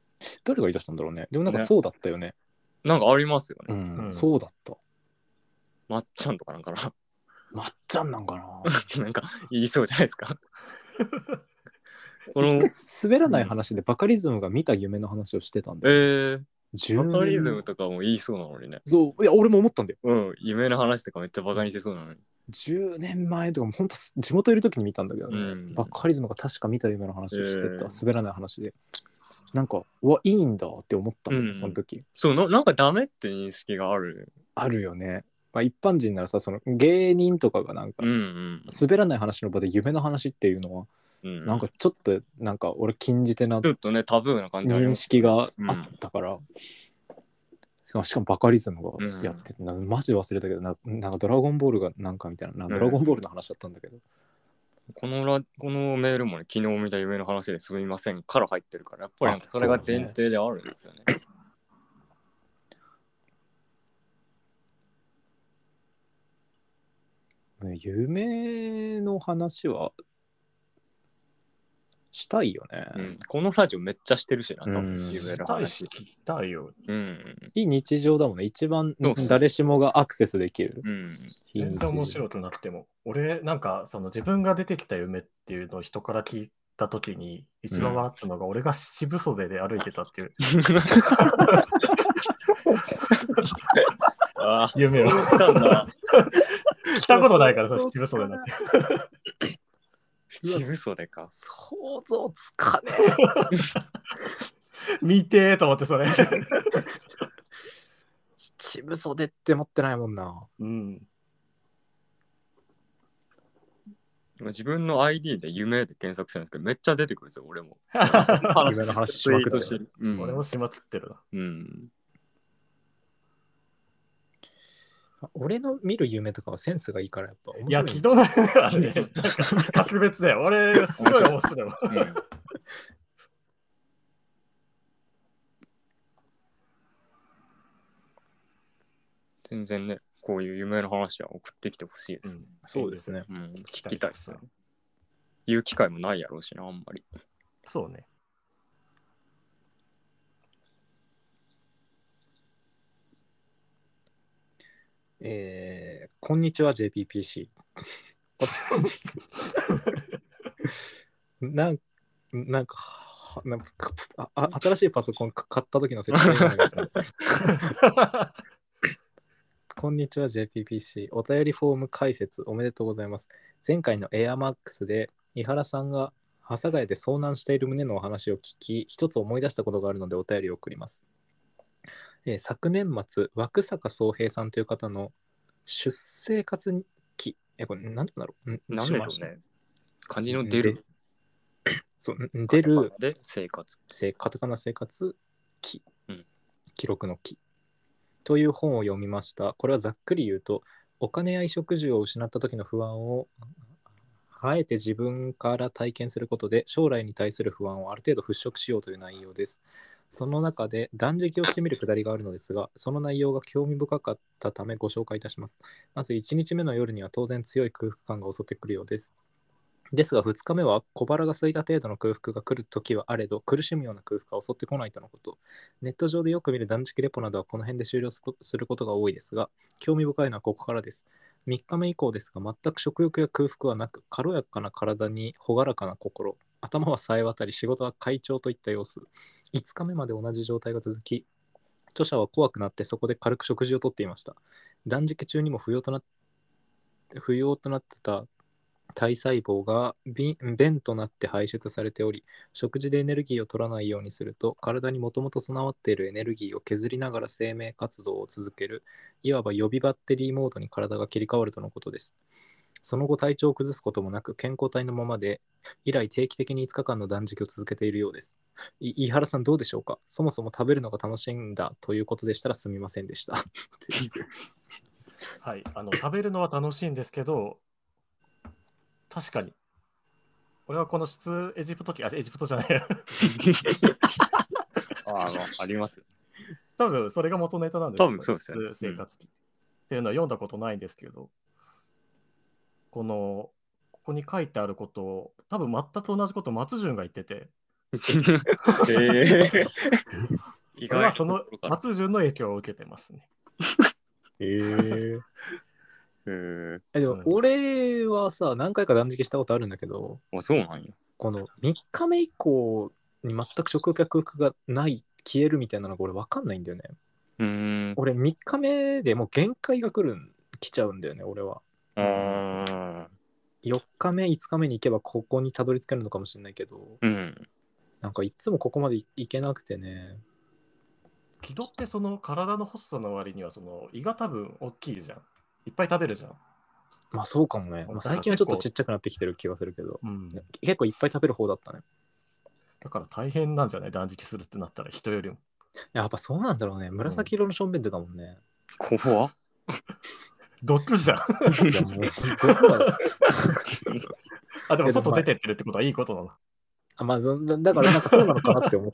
S1: 誰が言い出したんだろうね。でもなんかそうだったよね。
S2: なんかありますよね。
S1: うんうん、そうだった。
S2: まっちゃんとかなんかな。
S1: まっちゃんなんかな。
S2: なんか言いそうじゃないですか。
S1: この一回滑らない話でバカリズムが見た夢の話をしてたんだよ。
S2: えー、バカリズムとかも言いそうなのにね。
S1: そう、いや俺も思ったんだよ。
S2: うん、夢の話とかめっちゃバカにしてそうなのに。
S1: じゅうねんまえとかも本当地元いる時に見たんだけどね、うん、バカリズムが確か見た夢の話をしてた、えー、滑らない話でなんかうわいいんだって思ったんだよ、うん、その時。
S2: そうな、なんかダメって認識がある
S1: あるよね。まあ、一般人ならさ、その芸人とかがなんか、うんうん、滑らない話の場で夢の話っていうのは、うん、なんかちょっとなんか俺禁じ手な
S2: ちょっとねタブーな感じ
S1: 認識があったから、うんしかも、しかもバカリズムがやってて、うん、マジ忘れたけどな、なんかドラゴンボールがなんかみたいな、なドラゴンボールの話だったんだけど。
S2: うん、このラこのメールもね、昨日見た夢の話ですみませんから入ってるから、やっぱりなんかそれが前提であるんですよね。
S1: ね夢の話はしたいよね、
S2: うん、このラジオめっちゃしてるしな、多分
S3: 夢の話聞きたいよ、
S2: うん、
S1: 非日常だもんね。一番誰しもがアクセスできる、うん、
S3: 全然面白くなくても俺なんかその自分が出てきた夢っていうのを人から聞いた時に一番笑ったのが、俺が七分袖で歩いてたっていう、
S2: あ
S3: 夢を来たことないからさ、七分袖になって
S2: 七分袖か。
S1: 想像つかね
S3: え。見てーと思ってそれ。
S1: 七分袖って持ってないもんな。
S3: うん。
S2: 自分の アイディー で夢で検索したんですけど、めっちゃ出てくるんですよ、俺も。
S1: 夢の話しまくってる、
S3: うん。俺もしまくってるな。
S2: うん。
S1: 俺の見る夢とかはセンスがいいからやっぱ面白い。
S3: いや、気取らないね。なんか格別だよ。俺、すごい面白いわ。うん、
S2: 全然ね、こういう夢の話は送ってきてほしいです、
S1: うん。そうですね。
S2: うん、聞きたいですね。言う機会もないやろうしな、あんまり。
S3: そうね。
S1: えー、こんにちは ジェイピーピーシー なんなんかなんかあ新しいパソコン買った時の説明なんだけどこんにちは ジェイピーピーシー お便りフォーム解説おめでとうございます。前回の AirMax で井原さんが阿佐ヶ谷で遭難している旨のお話を聞き一つ思い出したことがあるのでお便りを送ります。えー、昨年末枠坂宗平さんという方の出生活期、え、これ何だろう、
S2: 何でしょうね。漢字の出る。
S1: そう、出る。
S2: で、生活。
S1: カタカナ生活期、
S2: うん。
S1: 記録の期。という本を読みました。これはざっくり言うと、お金や衣食住を失った時の不安を、あえて自分から体験することで、将来に対する不安をある程度払拭しようという内容です。その中で断食をしてみるくだりがあるのですが、その内容が興味深かったためご紹介いたします。まずいちにちめの夜には当然強い空腹感が襲ってくるようです。ですがふつかめは小腹が空いた程度の空腹が来るときはあれど、苦しむような空腹が襲ってこないとのこと。ネット上でよく見る断食レポなどはこの辺で終了することが多いですが、興味深いのはここからです。みっかめ以降ですが、全く食欲や空腹はなく、軽やかな体に朗らかな心、頭は冴え渡り、仕事は快調といった様子。いつかめまで同じ状態が続き、著者は怖くなってそこで軽く食事をとっていました。断食中にも不要とな不要となってた体細胞が便となって排出されており、食事でエネルギーを取らないようにすると、体にもともと備わっているエネルギーを削りながら生命活動を続ける、いわば予備バッテリーモードに体が切り替わるとのことです。その後体調を崩すこともなく健康体のままで、以来定期的にいつかかんの断食を続けているようです。飯原さんどうでしょうか。そもそも食べるのが楽しいんだということでしたらすみませんでした。
S3: はい、あの食べるのは楽しいんですけど、確かに俺はこの出エジプト期、あ、エジプトじゃない
S2: あ, あります。
S3: 多分それが元ネタなんです
S2: よ。多分そうですね。
S3: 生活期、うん、っていうのは読んだことないんですけど、このここに書いてあることを多分全く同じことを松潤が言ってて、えー、意外はその松潤の影響を受けてますね。
S1: えーえでも俺はさ何回か断食したことあるんだけど、
S2: あ、そうなんや。
S1: このみっかめ以降に全く食欲がない消えるみたいなのが俺分かんないんだよね。
S2: うーん。
S1: 俺みっかめでもう限界が来るん来ちゃうんだよね俺は。
S2: うーん。
S1: よっかめいつかめに行けばここにたどり着けるのかもしれないけど、
S2: うん。
S1: なんかいつもここまで行けなくてね。
S3: 木戸ってその体の細さの割にはその胃が多分大きいじゃん。いっぱい食べるじゃん。
S1: まあそうかもね。まあ、最近はちょっとちっちゃくなってきてる気がするけど、
S3: うん、
S1: 結構いっぱい食べる方だったね。
S3: だから大変なんじゃない断食するってなったら人よりも。
S1: やっぱそうなんだろうね。紫色のしょんべんってだもんね。
S2: 怖っ。
S3: 毒じゃん。
S1: いやもう毒だ
S3: あ、でも外出てってるってことはいいことなの。
S1: あ、まあ、だからなんかそうなのかなって思った。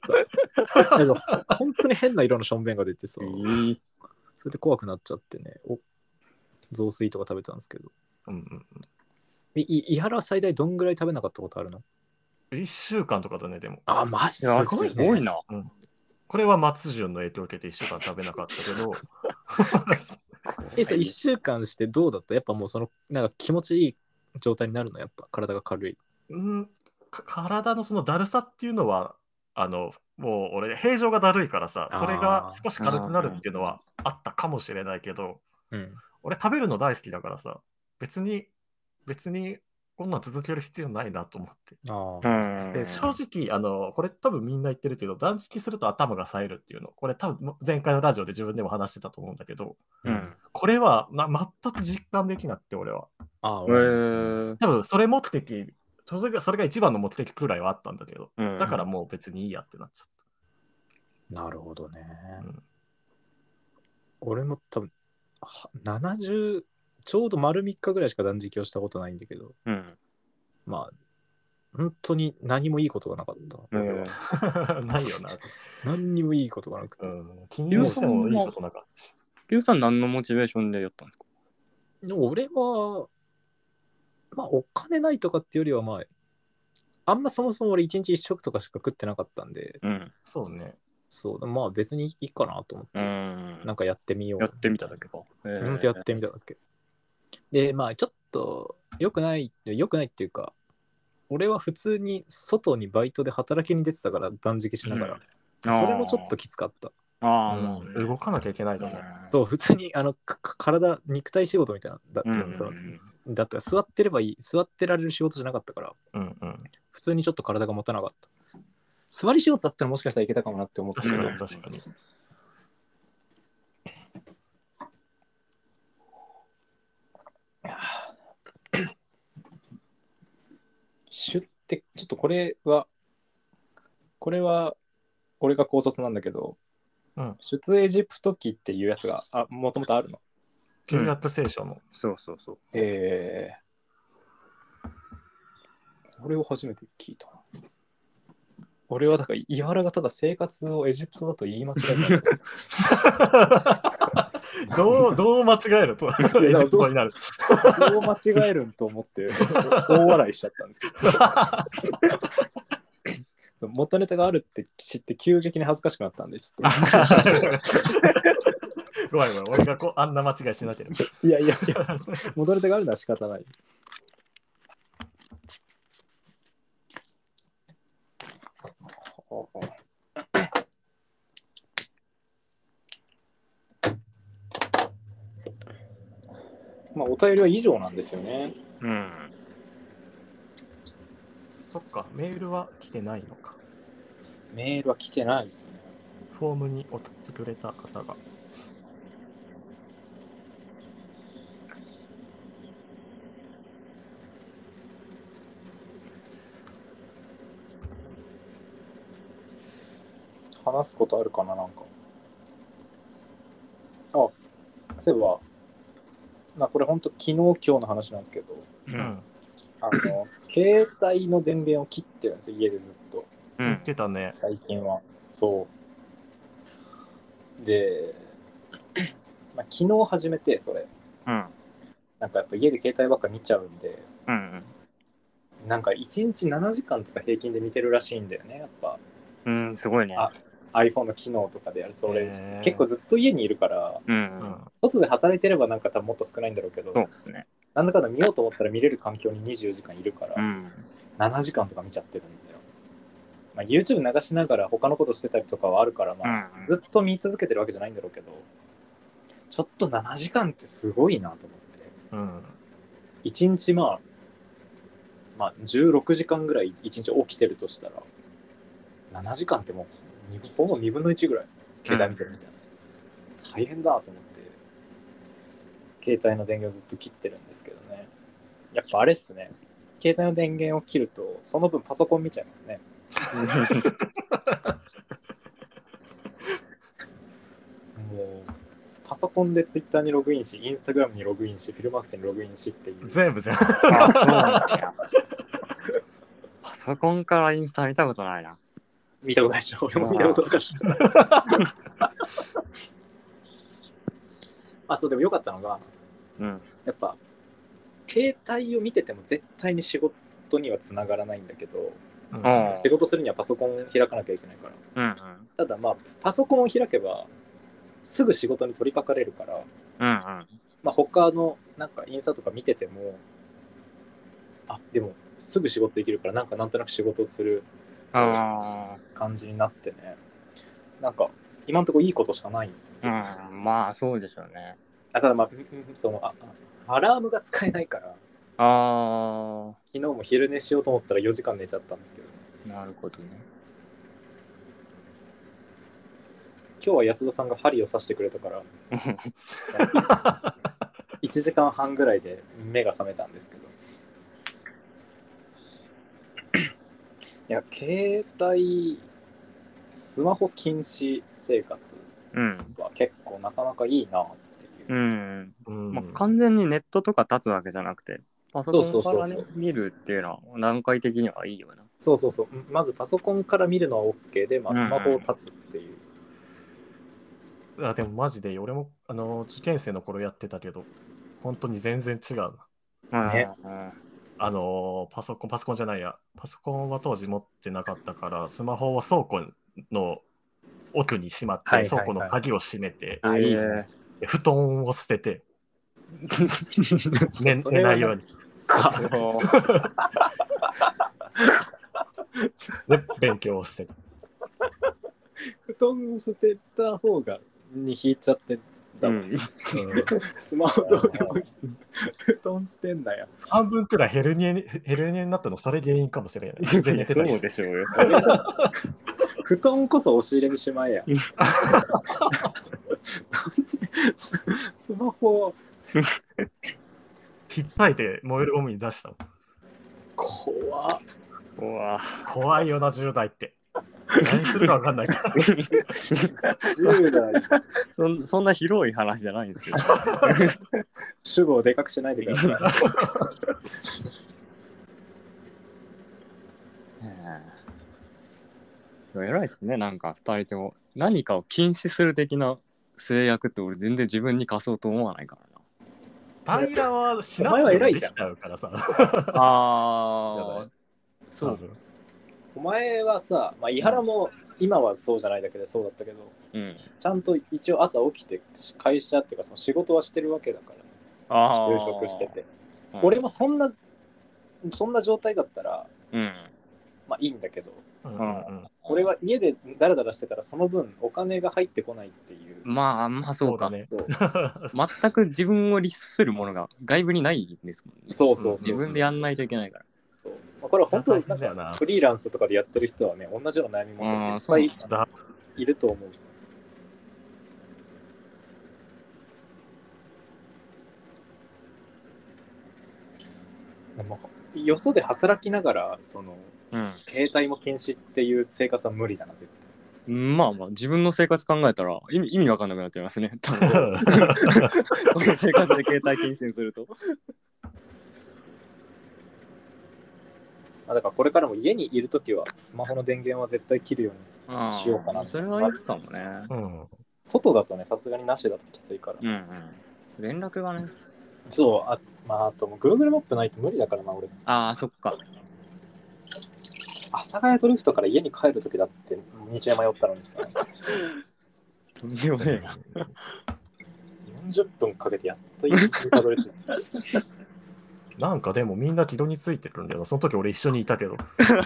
S1: だけど本当に変な色のしょんべんが出てさ、えー、それで怖くなっちゃってね。お雑炊とか食べたんですけど。うんうんうん、い伊原は最大どんぐらい食べなかったことあるの？
S3: いっしゅうかんとかだね、でも。
S1: あ、マジすごいね。
S2: すごいな。
S3: うん、これは松潤の影響を受けていっしゅうかん食べなかったけど。
S1: え、それいっしゅうかんしてどうだった？やっぱもうそのなんか気持ちいい状態になるの？やっぱ体が軽い。
S3: うん、体のそのだるさっていうのは、あの、もう俺、平常がだるいからさ、それが少し軽くなるっていうのはあったかもしれないけど、うん、俺食べるの大好きだからさ、別に、別にこんなん続ける必要ないなと思って。あで正直あの、これ多分みんな言ってるけど、断食すると頭が冴えるっていうの、これ多分前回のラジオで自分でも話してたと思うんだけど、うん、これはな全く実感できなくて、俺は。あ、えー、多分それ目的、それが、それが一番の目的くらいはあったんだけど、うん、だからもう別にいいやってなっちゃった。
S1: なるほどね。うん、俺も多分ななじゅうちょうど丸みっかぐらいしか断食をしたことないんだけど、うん、まあ本当に何もいいことがなかった。俺
S3: はないよな。
S1: 何にもいいことがなくて。
S3: 金曜日もいいことなかったし。
S2: Qさん何のモチベーションでやったんですか？
S1: でも俺はまあお金ないとかっていうよりはまああんまそもそも俺一日一食とかしか食ってなかったんで、
S3: うん、そうね。
S1: そうまあ別にいいかなと思って、うん、なんかやってみよう。
S2: やってみただけか。
S1: えー、ほんとやってみただけ。でまあちょっと良くない良くないっていうか、俺は普通に外にバイトで働きに出てたから断食しながら、うん、それもちょっときつかった。
S3: あ、うん、動かなきゃいけないと思う。
S1: そう普通にあの体肉体仕事みたいなだって、うん、そのだったら座ってればいい座ってられる仕事じゃなかったから、うんうん、普通にちょっと体が持たなかった。座り仕事だったらもしかしたらいけたかもなって思ったけど。
S3: 確かに確かに。
S1: シュってちょっとこれはこれは俺が高卒なんだけど、うん、出エジプト記っていうやつがあもともとあるの。
S3: 旧約聖書の、うん、
S2: そうそうそう。
S1: えー、これを初めて聞いた。俺はだから伊原がただ生活をエジプトだと言い間違えた。
S3: どうどう間違えるとエジプトになる。
S1: どう間違えるんと思って大笑いしちゃったんですけど。元ネタがあるって知って急激に恥ずかしくなったんでちょっと。
S3: ごめんごめん、俺がこうあんな間違いしなければ。
S1: いやいやいや、元ネタがあるのは仕方ない。まあお便りは以上なんですよね。うん。
S3: そっか、メールは来てないのか。
S1: メールは来てないですね。
S3: フォームに送ってくれた方が。
S1: 話すことあるかな、なんか。あ、そういえば、まあ、これ本当昨日今日の話なんですけど、うん、あの携帯の電源を切ってるんですよ、家でずっと。
S3: 言ってたね。
S1: 最近は。そう。で、まあ、昨日始めて、それ。うん。なんかやっぱ家で携帯ばっか見ちゃうんで、うんうん、なんかいちにちななじかんとか平均で見てるらしいんだよね、やっぱ。
S2: うん、すごいね。
S1: あ、iPhone の機能とかでやる、それ、結構ずっと家にいるから、うんうん、外で働いてればなんか多分もっと少ないんだろうけど、
S2: そうですね。
S1: なんだかんだ見ようと思ったら見れる環境ににじゅうよじかんいるから、うん、 ななじかんとか見ちゃってるんだよ。まあ、YouTube 流しながら他のことしてたりとかはあるから、まあ、ずっと見続けてるわけじゃないんだろうけど、ちょっとななじかんってすごいなと思って。うん、いちにちまあ、まあ、じゅうろくじかんぐらいいちにち起きてるとしたら、ななじかんってもうほぼにぶんのいちぐらい携帯見てるみたいな、うん、大変だと思って携帯の電源をずっと切ってるんですけどね。やっぱあれっすね、携帯の電源を切るとその分パソコン見ちゃいますね。もうパソコンでツイッターにログインし、インスタグラムにログインし、フィルマークスにログインしっていう
S3: 全部じゃん。
S2: パソコンからインスタ見たことないな。
S1: 見たことないでしょ。俺も見たことなかった。あ、そうでもよかったのが、うん、やっぱ携帯を見てても絶対に仕事にはつながらないんだけど、うん、仕事するにはパソコン開かなきゃいけないから、うんうん、ただまあパソコンを開けばすぐ仕事に取り掛かれるから、うんうんまあ、他のなんかインスタとか見てても、あでもすぐ仕事できるからなんかなんとなく仕事する感じになってね、なんか今のところいいことしかないんですよ、ね
S2: うん、まあそうでしょうね。
S1: あただまあそのあアラームが使えないから、あ昨日も昼寝しようと思ったらよじかん寝ちゃったんですけど、
S2: ね、なるほどね。
S1: 今日は安田さんが針を刺してくれたからいちじかんはんぐらいで目が覚めたんですけどいや携帯スマホ禁止生活は結構なかなかいいなっていう、うん
S2: うんまあ、完全にネットとか立つわけじゃなくてパソコンから、ね、見るっていうのは段階的にはいいよな。
S1: そうそうそうまずパソコンから見るのは OK で、まあ、スマホを立つっていう、
S3: うん、あでもマジで俺もあの受験生の頃やってたけど本当に全然違うな、ね、あのパソコンパソコンじゃないやパソコンは当時持ってなかったからスマホを倉庫の奥にしまって、はいはいはい、倉庫の鍵を閉めて、えー、布団を捨てて寝, 寝ないようにで勉強をしてた。
S1: 布団を捨てた方がに引いちゃってたもん、うん、スマホどうでもいい布団捨てんなよ。
S3: 半分くらいヘルニアにヘルニアになったのそれ原因かもしれない。
S2: そうでしょうよ。
S1: 布団こそ押し入れにしまえや。ス, スマホ
S3: ひったいて燃えるゴムに出したの。
S1: 怖っ
S2: 怖
S3: 怖いよなじゅう代って。何するか分かんないから。じゅ
S1: う代
S2: そ, そんな広い話じゃないんですけど。
S1: 主語をでかくしないでください。
S2: 偉いですね、なんかふたりとも何かを禁止する的な制約って俺全然自分に課そうと思わないから
S3: な。平はしなくてもできちゃうからさ。
S2: ああ、そう。
S1: お前はさ、まあ、井原も今はそうじゃないだけでそうだったけど、うん、ちゃんと一応朝起きて会社っていうかその仕事はしてるわけだから、ね、就職してて、うん、俺もそんなそんな状態だったら、うん、まあいいんだけど、うんうん、俺は家でダラダラしてたらその分お金が入ってこないっていう。
S2: まあまあそうかね。全く自分を律するものが外部にないんですもんね。
S1: そうそうそうそう。
S2: 自分でやんないといけないから。
S1: そうまあ、これは本当なんかフリーランスとかでやってる人はね同じような悩み持ってる人いっぱいいると思う。でもよそで働きながらその、うん、携帯も禁止っていう生活は無理だな絶対。
S2: まあまあ自分の生活考えたら意味意味わかんなくなっちゃいますね。多分この生活で携帯禁止にすると。
S1: だからこれからも家にいるときはスマホの電源は絶対切るようにしようかな。
S2: それはいいかもね。
S1: うん、外だとねさすがになしだときついから。うんうん、
S2: 連絡がね。
S1: そうあまああともう Google マップないと無理だからな俺。
S2: ああそっか。
S1: 阿佐ヶ谷ドリフトから家に帰るときだって道へ迷ったのにさ。
S2: とんでもねえな。
S1: よんじゅっぷんかけてやっと家にたどり着いた。
S3: なんかでもみんな軌道についてるんだよな。その時俺一緒にいたけど。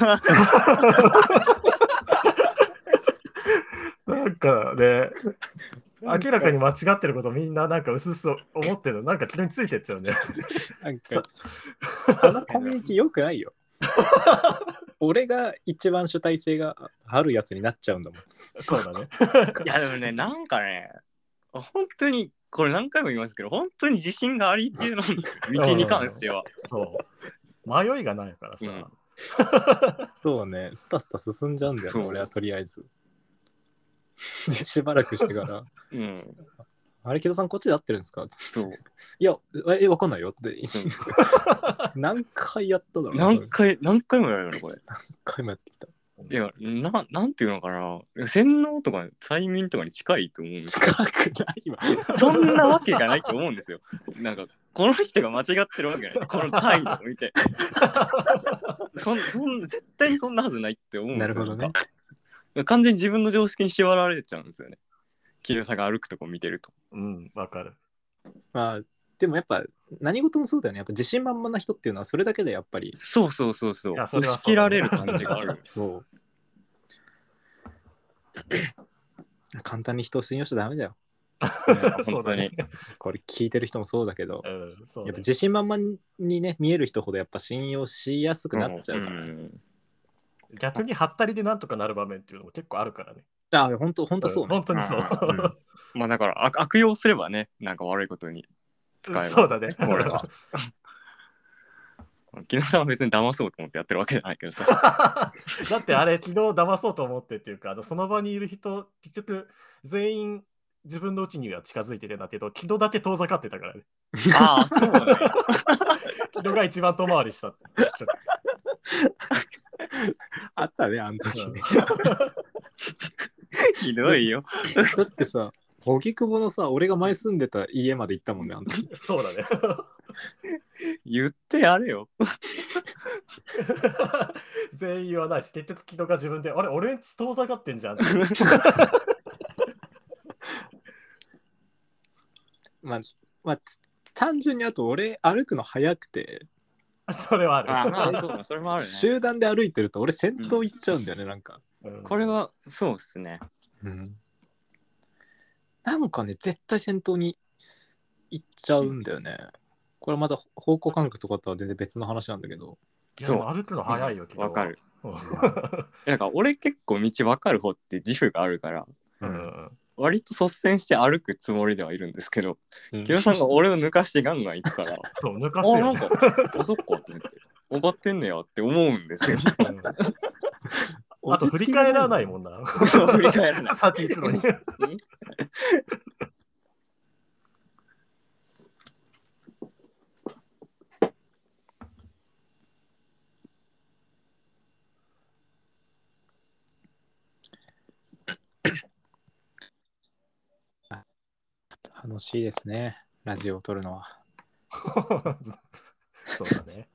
S3: なんかね、明らかに間違ってることみんななんか薄々思ってる。なんか軌道についてっちゃうんだよ。
S1: なんかあのコミュニティ良くないよ。俺が一番主体性があるやつになっちゃうんだもん。
S3: そうだね。
S2: いやでもね、なんかね、本当にこれ何回も言いますけど、本当に自信がありっていうの道に関しては。
S3: そう迷いがないからさ、うん、
S1: そうね、スタスタ進んじゃうんだよね、俺はとりあえず。でしばらくしてから、うん、あれ、木戸さんこっちで合ってるんですか？そういや、え、わかんないよって。何回やっただろう
S2: 何回、何回もやるのこれ。
S1: 何回もやってきた。
S2: いや、な、なんていうのかな。洗脳とか催眠とかに近いと思うんですよ。
S1: 近くないわ。
S2: そんなわけがないと思うんですよ。なんか、この人が間違ってるわけない。この態度を見て。そん、そん、絶対にそんなはずないって思うんですよ。なるほどね。完全に自分の常識に縛られちゃうんですよね。木戸さんが歩くとこ見てると。
S3: うん、わかる。
S1: まあ、でもやっぱ何事もそうだよね。やっぱ自信満々な人っていうのはそれだけでやっぱり。
S2: そうそうそうそう。押し切られる感じがある。
S1: そう。簡単に人を信用しちゃダメだよ。本当に。これ聞いてる人もそうだけど、うんそうね、やっぱ自信満々にね見える人ほどやっぱ信用しやすくなっちゃうから、ねうん、
S3: 逆にハったりでなんとかなる場面っていうのも結構あるからね。
S1: ああ、本当本当そう、ね
S3: うん、本当にそう。
S2: うん、まあだから悪、悪用すればね、なんか悪いことに使えます、
S3: そうだね。
S2: これは。木戸さんは別に騙そうと思ってやってるわけじゃないけどさ。
S3: だってあれ昨日騙そうと思ってっていうか、その場にいる人結局全員自分のうちには近づいててんだけど、木戸だけ遠ざかってたからね。
S2: ああ、そうね。
S3: 木戸が一番遠回りしたって。
S1: あったね、あの時。
S2: ひどいよ。
S1: だってさ、荻窪のさ、俺が前住んでた家まで行ったもんね、あの時。
S3: そうだね。
S2: 言ってやれよ。
S3: 全員言わないし、結局木戸が自分で、あれ、俺んち遠ざかってんじゃん。
S1: まあ、まあ、単純にあと俺歩くの早くて。
S3: それはある。
S2: あまあ、そうそれもあるね。
S1: 集団で歩いてると俺先頭行っちゃうんだよね、うん、なんか。
S2: これはそうっすね。
S1: うん。なんかね、絶対先頭に行っちゃうんだよね。これまだ方向感覚とかとは全然別の話なんだけど。
S3: そう。歩くの早いよ、
S2: わかる。なんか俺結構道分かる方って自負があるから、うん、割と率先して歩くつもりではいるんですけど、木戸、うん、さんが俺を抜かしてガンガン行くから、
S3: そう抜かすよ、ね。
S2: あ、なんか、あそっかって思って、分かってんねやって思うんですよ。
S3: うん、あと振り返らないもんな。
S2: そう振り返らない。
S3: 先行くのに。
S1: 楽しいですね、ラジオを撮るのは。
S3: そうだね。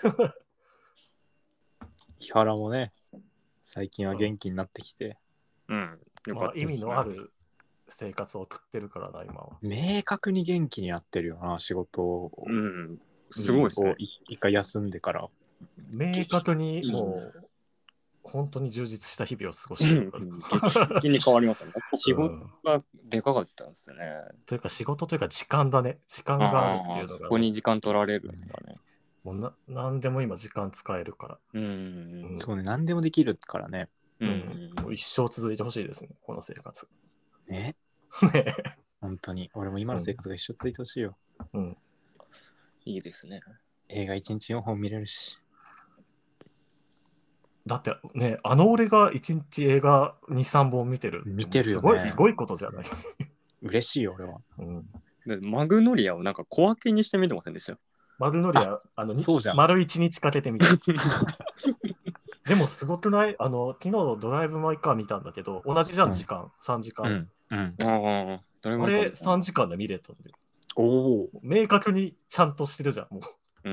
S1: 木原もね、最近は元気になってきて、
S2: うん、
S3: うん、まあ、意味のある生活を送ってるからな、今は。
S1: 明確に元気になってるよな、仕事を。
S2: うん、すごいですね。
S1: 一回休んでから。
S3: 明確にもう、うん、本当に充実した日々を過ごしてるから。
S2: 劇的に変わりますね。仕事がでかかったんですよね。
S3: うん、というか仕事というか時間だね。時間があるっていうのが、ね。
S2: そこに時間取られるんだね。
S3: もうな何でも今時間使えるから。
S1: うん、うん、そうね、何でもできるからね。
S3: うん、もう一生続いてほしいですね、この生活。
S1: ね。
S3: ね。
S1: 本当に。俺も今の生活が一生続いてほしいよ。
S3: うん。
S2: いいですね。
S1: 映画いちにちよんほん見れるし。
S3: だってね、あの俺がいちにち映画に、さんぼん見てる。
S1: 見てるよね。
S3: すごい、すごいことじゃない。
S1: 嬉しいよ、俺は。
S3: うん、
S2: でマグノリアをなんか小分けにして見てませんでした？
S3: マグノリア、あ, あのそうじゃん丸いちにちかけてみた。でもすごくない？あの昨日ドライブ・マイ・カー見たんだけど、同じじゃん、時間、うん、さんじかん。うん
S1: うん、
S2: あ
S3: あれさんじかんで見れたんで。
S1: おお。
S3: 明確にちゃんとしてるじゃん、も
S2: う。うん、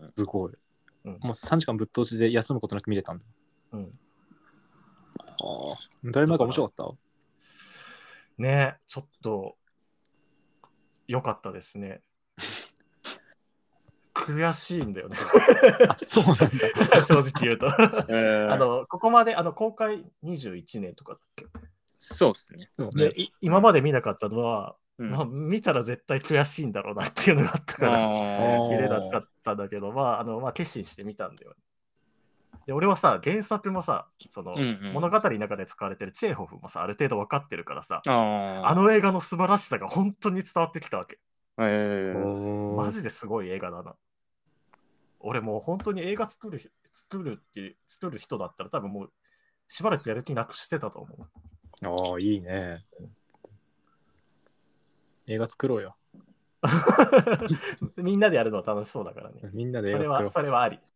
S1: すごい、うん。もうさんじかんぶっ通しで休むことなく見れたんだ。
S3: うん。
S1: はあ。ドライブ・マイ・カー面白かった？
S3: ねえ、ちょっと良かったですね。 悔しいんだよね。
S1: あ、そうなんだ。
S3: 正直言うと。
S2: えー、
S3: あの、ここまで、あの、公開にじゅういちねんとかだっけ。
S2: そうですね。
S3: で、い今まで見なかったのは、
S2: うん、
S3: まあ、見たら絶対悔しいんだろうなっていうのがあったから、見れなかったんだけど、まあ、あの、まあ、決心してみたんだよね。で、俺はさ、原作もさ、その、うんうん、物語の中で使われてるチェーホフもさ、ある程度分かってるからさ、あ, あの映画の素晴らしさが本当に伝わってきたわけ。えー、マジですごい映画だな。俺もう本当に映画作る、作るって、作る人だったら多分もうしばらくやる気なくしてたと思う。
S1: ああ、いいね。映画作ろうよ。
S3: みんなでやるのは楽しそうだからね。
S1: みんなで映画作ろう。
S3: それは、それはあり。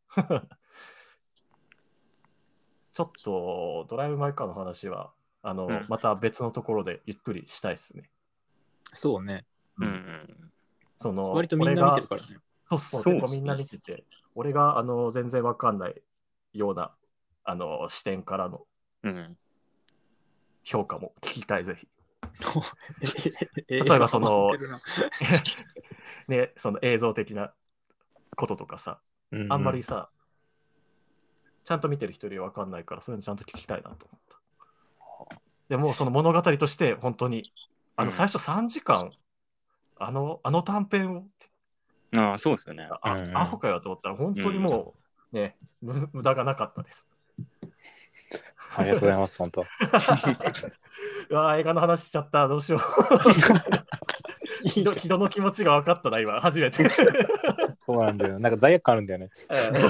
S3: ちょっとドライブ・マイ・カーの話はあの、うん、また別のところでゆっくりしたいですね。
S1: そうね。
S3: うんうん、その
S1: 割とみんな見てるからね。
S3: そうそう、そう、結構みんな見てて、俺があの全然わかんないようなあの視点からの評価も聞きたい、ぜひ。例えばそのね、その映像的なこととかさ、うんうん、あんまりさ、ちゃんと見てる人よりわかんないから、そういうのちゃんと聞きたいなと思った。でもその物語として本当にあの最初さんじかん、うん、あのあの短編を
S2: ああ、そうですよね。
S3: あ、うんうん、アホかよと思ったら本当にもうね、うん、無駄がなかったです。
S1: ありがとうございます、本当。
S3: うわ、映画の話しちゃった、どうしよう。人, 人の気持ちが分かったな、今、初めて。
S1: そうなんだよ。なんか罪悪感あるんだよね。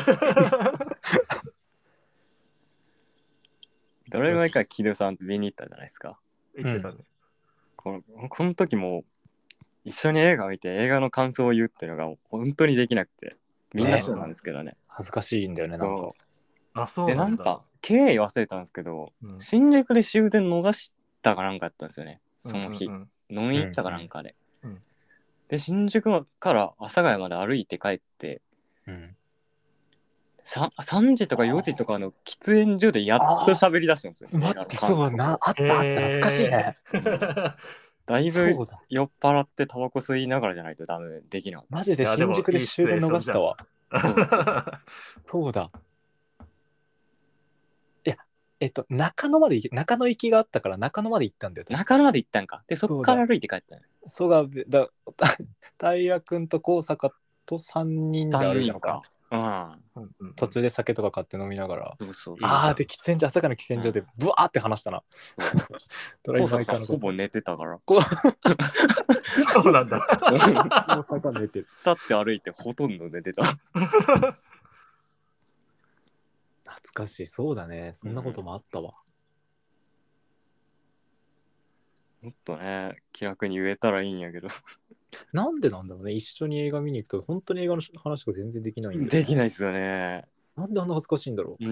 S2: どれぐらいかキルさんと見に行ったじゃないですか。
S3: 行ってたね。
S2: この、この時も一緒に映画を見て映画の感想を言うっていうのが本当にできなくて、みんなそうなんですけどね。ね、
S1: 恥ずかしいんだよね、なんか。
S3: あ、そうなんだ。
S2: で、なんか経緯忘れたんですけど、うん、新宿で終電逃したかなんかやったんですよね、その日。うんうんうん、飲みに行ったかなんかで。うんうん、で、新宿から阿佐ヶ谷まで歩いて帰って、うん、さんじとかよじとかの喫煙所でやっと喋り出したんですよ、
S1: ね。待って、そうな、あったあった、懐かしいね。うん、
S2: だいぶ酔っ払ってタバコ吸いながらじゃないとダメできなかった。
S1: マジで新宿で終電逃したわ。そうだ。いや、えっと、中野まで、中野行きがあったから中野まで行ったんだよ。
S2: 中野まで行ったんか。で、そっから歩いて帰ったね。
S1: そうだ、だ、平君と高坂とさんにんで歩いたのか。うん、途中で酒とか買って飲みながら、そうそう、ああ、で喫煙所、朝から喫煙所でブワーって話したな。
S2: ドライブマイカーのほぼ寝てたから。
S3: そうなんだ。
S1: 大阪寝てる。
S2: 立って歩いてほとんど寝てた。
S1: 懐かしい、そうだね、そんなこともあったわ。
S2: うん、もっとね、気楽に言えたらいいんやけど。
S1: なんでなんだろうね、一緒に映画見に行くと本当に映画の話が全然できないんだよ、ね、
S2: できないですよね。
S1: なんであんな恥ずかしいんだろう。
S2: うん。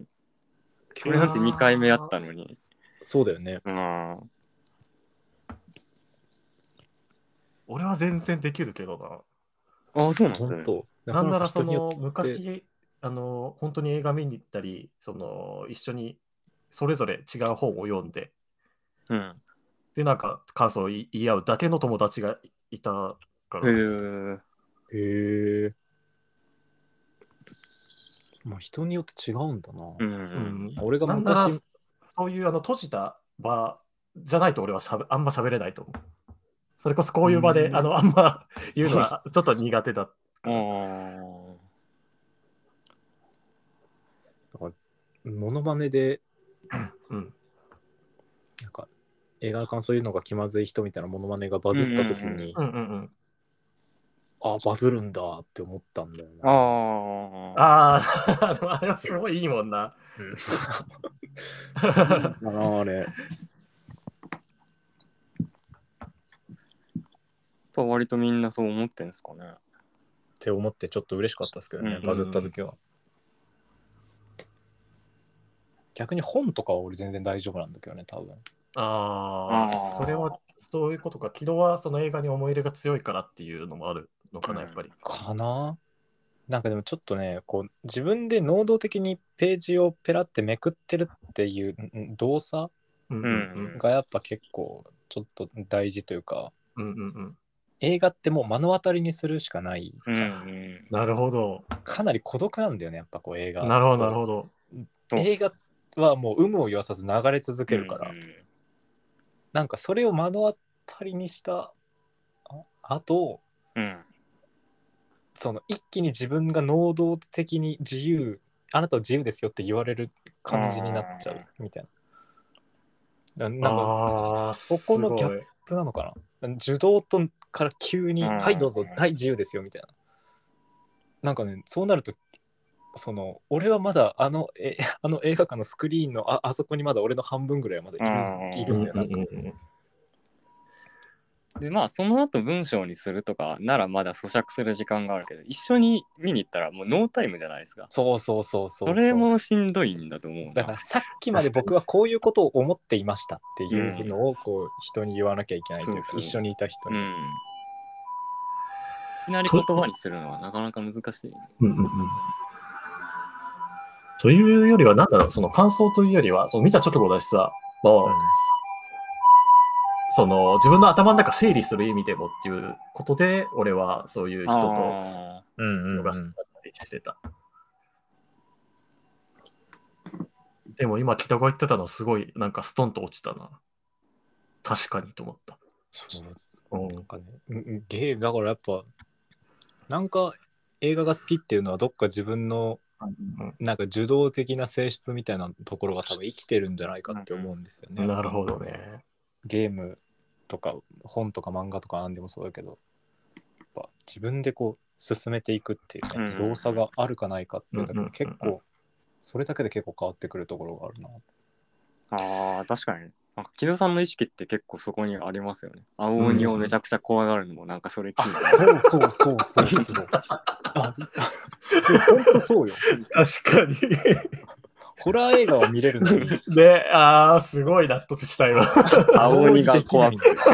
S2: これなんてにかいめやったのに。
S1: そうだよね。
S2: うん。
S3: 俺は全然できるけど
S2: な。ああ、そうなんですね。
S3: 本当。なんならその昔あの本当に映画見に行ったり、その一緒にそれぞれ違う本を読んで、うん、でなんか感想を言い合うだけの友達がいたから。へ
S1: え。へえ。まあ人によって違うんだな。うんうん、俺が昔
S3: そういうあの閉じた場じゃないと俺はしゃべあんま喋れないと思う。それこそこういう場で、うん、あのあんま言うのはちょっと苦手だった。モ
S1: ノマネで、うん、なんか映画の感想言うのが気まずい人みたいなモノマネがバズった時に、ああバズるんだって思ったんだよな。
S3: あああれはすごいいいもんな。うん、
S1: あれ
S2: 割とみんなそう思ってんですかね
S1: って思ってちょっと嬉しかったですけどね、うん、バズった時は。逆に本とかは俺全然大丈夫なんだけどね、多分。
S3: ああ、それはそういうことか。木戸はその映画に思い入れが強いからっていうのもあるのかな、やっぱり。
S1: かな。なんかでもちょっとね、こう自分で能動的にページをペラってめくってるっていう動作がやっぱ結構ちょっと大事というか、うんうんうん、 映画ってもう目の当たりにするしかないじゃん、
S2: うんうん、
S3: なるほど。
S1: かなり孤独なんだよねやっぱこう映画。
S3: なるほどなるほど。
S1: 映画はもう有無を言わさず流れ続けるから、うんうん、なんかそれを目の当たりにしたあと、うん、その一気に自分が能動的に自由、あなたは自由ですよって言われる感じになっちゃうみたいな。なんかそこのギャップなのかな。受動とから急にはいどうぞはい自由ですよみたいな。なんかねそうなるとその俺はまだあのえあの映画館のスクリーンの あ, あそこにまだ俺の半分ぐらいはまだい る, いるんだよなんか。
S2: でまあその後文章にするとかならまだ咀嚼する時間があるけど一緒に見に行ったらもうノータイムじゃないですか。
S1: そうそうそうそう。
S2: それもしんどいんだと思うな。
S1: だからさっきまで僕はこういうことを思っていましたっていうのをこう人に言わなきゃいけないというか、うん、一緒にいた人に、うん、い
S2: きなり言葉にするのはなかなか難しい、
S3: うんうんうん、というよりはなんだろうその感想というよりはその見た直後だしさもう、うんその自分の頭の中整理する意味でもっていうことで俺はそういう人と過ごしたりしてた、うんうんうん、でも今北が言ってたのすごいなんかストンと落ちたな。確かにと思った。
S1: そう、うん、なんかねゲーだからやっぱなんか映画が好きっていうのはどっか自分のなんか受動的な性質みたいなところが多分生きてるんじゃないかって思うんですよね、
S3: うん、なるほどね。
S1: ゲームとか本とか漫画とか何でもそうだけどやっぱ自分でこう進めていくっていうね、うん、動作があるかないかっていうだけで結構、うんうんうん、それだけで結構変わってくるところがあるな。
S2: あー確かになんか木戸さんの意識って結構そこにありますよね。青鬼をめちゃくちゃ怖がるのもなんかそれ聞い
S1: て、そうそうそうそうそうあほんとそうよ。
S3: 確かに
S1: ホラー映画を見れるのに
S3: で、あーすごい納得したよ
S2: 青鬼が怖い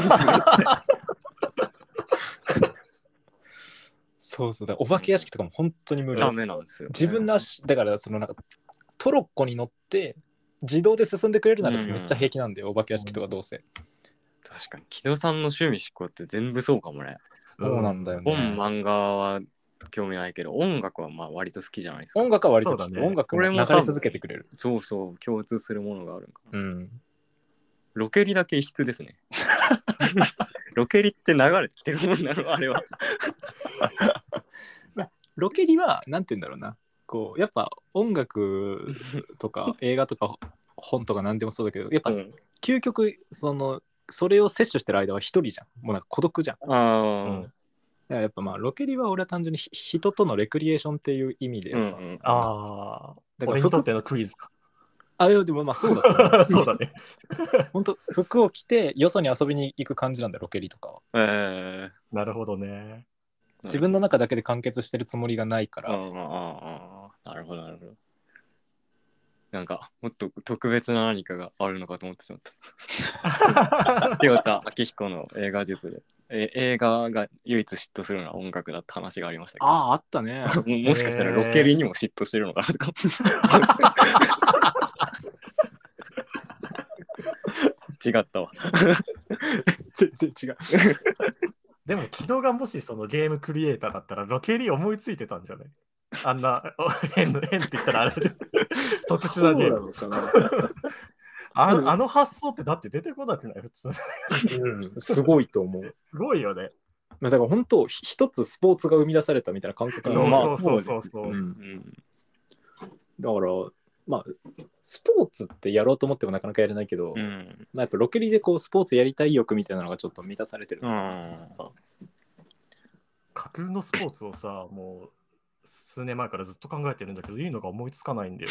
S1: そうそうだお化け屋敷とかも本当に無理。
S2: ダメなんですよ、ね、
S1: 自分の足だからそのなんかトロッコに乗って自動で進んでくれるならめっちゃ平気なんだよ、うん、お化け屋敷とかどうせ、うん、
S2: 確かに木戸さんの趣味思考って全部そうかもね。
S1: そうなんだよね。
S2: 本漫画は興味ないけど音楽はまあ割と好きじゃないですか。
S1: 音楽は割と好き、ね、音楽も流れ続けてくれる。
S2: そうそう共通するものがあるんかな、
S1: うん、
S2: ロケリだけ異質ですねロケリって流れてきてるもんなのあれは
S1: ロケリはなんて言うんだろうなこうやっぱ音楽とか映画とか本とか何でもそうだけどやっぱ、うん、究極そのそれを摂取してる間は一人じゃんもうなんか孤独じゃん。
S2: あ、うん、
S1: だからやっぱまあロケリは俺は単純に人とのレクリエーションっていう意味でやっぱ、うんうん、
S3: ああだから俺にとってのクイズか。
S1: あいやでもまあそうだった、
S3: ね、そうだね
S1: 本当服を着てよそに遊びに行く感じなんだロケリとかは。
S2: えー、
S3: なるほどね。
S1: 自分の中だけで完結してるつもりがないから。
S2: ああなるほどなるほど。なんかもっと特別な何かがあるのかと思ってしまった清田明彦の映画術でえ映画が唯一嫉妬するような音楽だって話がありましたけど。
S1: あああったね
S2: も, もしかしたらロケリにも嫉妬してるのかなとか違ったわ
S1: 全然違う
S3: でも木戸がもしそのゲームクリエイターだったらロケリ思いついてたんじゃない？あんな変変って言ったらあれ特殊なゲームかなあ, あの発想ってだって出てこなくない普通、
S1: うん、すごいと思う。
S3: すごいよね。
S1: だから本当一つスポーツが生み出されたみたいな感覚
S3: そうそうそうそうそう、うん、
S1: だからまあスポーツってやろうと思ってもなかなかやれないけど、うんまあ、やっぱロケリでこうスポーツやりたい欲みたいなのがちょっと満たされてる、うん、
S3: 架空のスポーツをさもう数年前からずっと考えてるんだけどいいのが思いつかないんだよ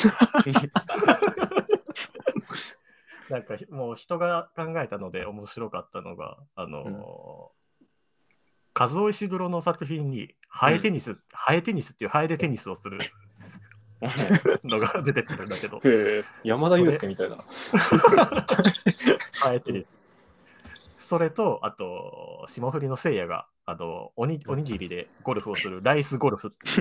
S3: なんかもう人が考えたので面白かったのがあの、うん、数尾石黒の作品にハエテニス、うん、ハエテニスっていうハエでテニスをするのが出てくるんだけど
S1: 山田裕介みたいな
S3: ハエテニスそれとあと霜降りのせいやがあの お, におにぎりでゴルフをするライスゴルフって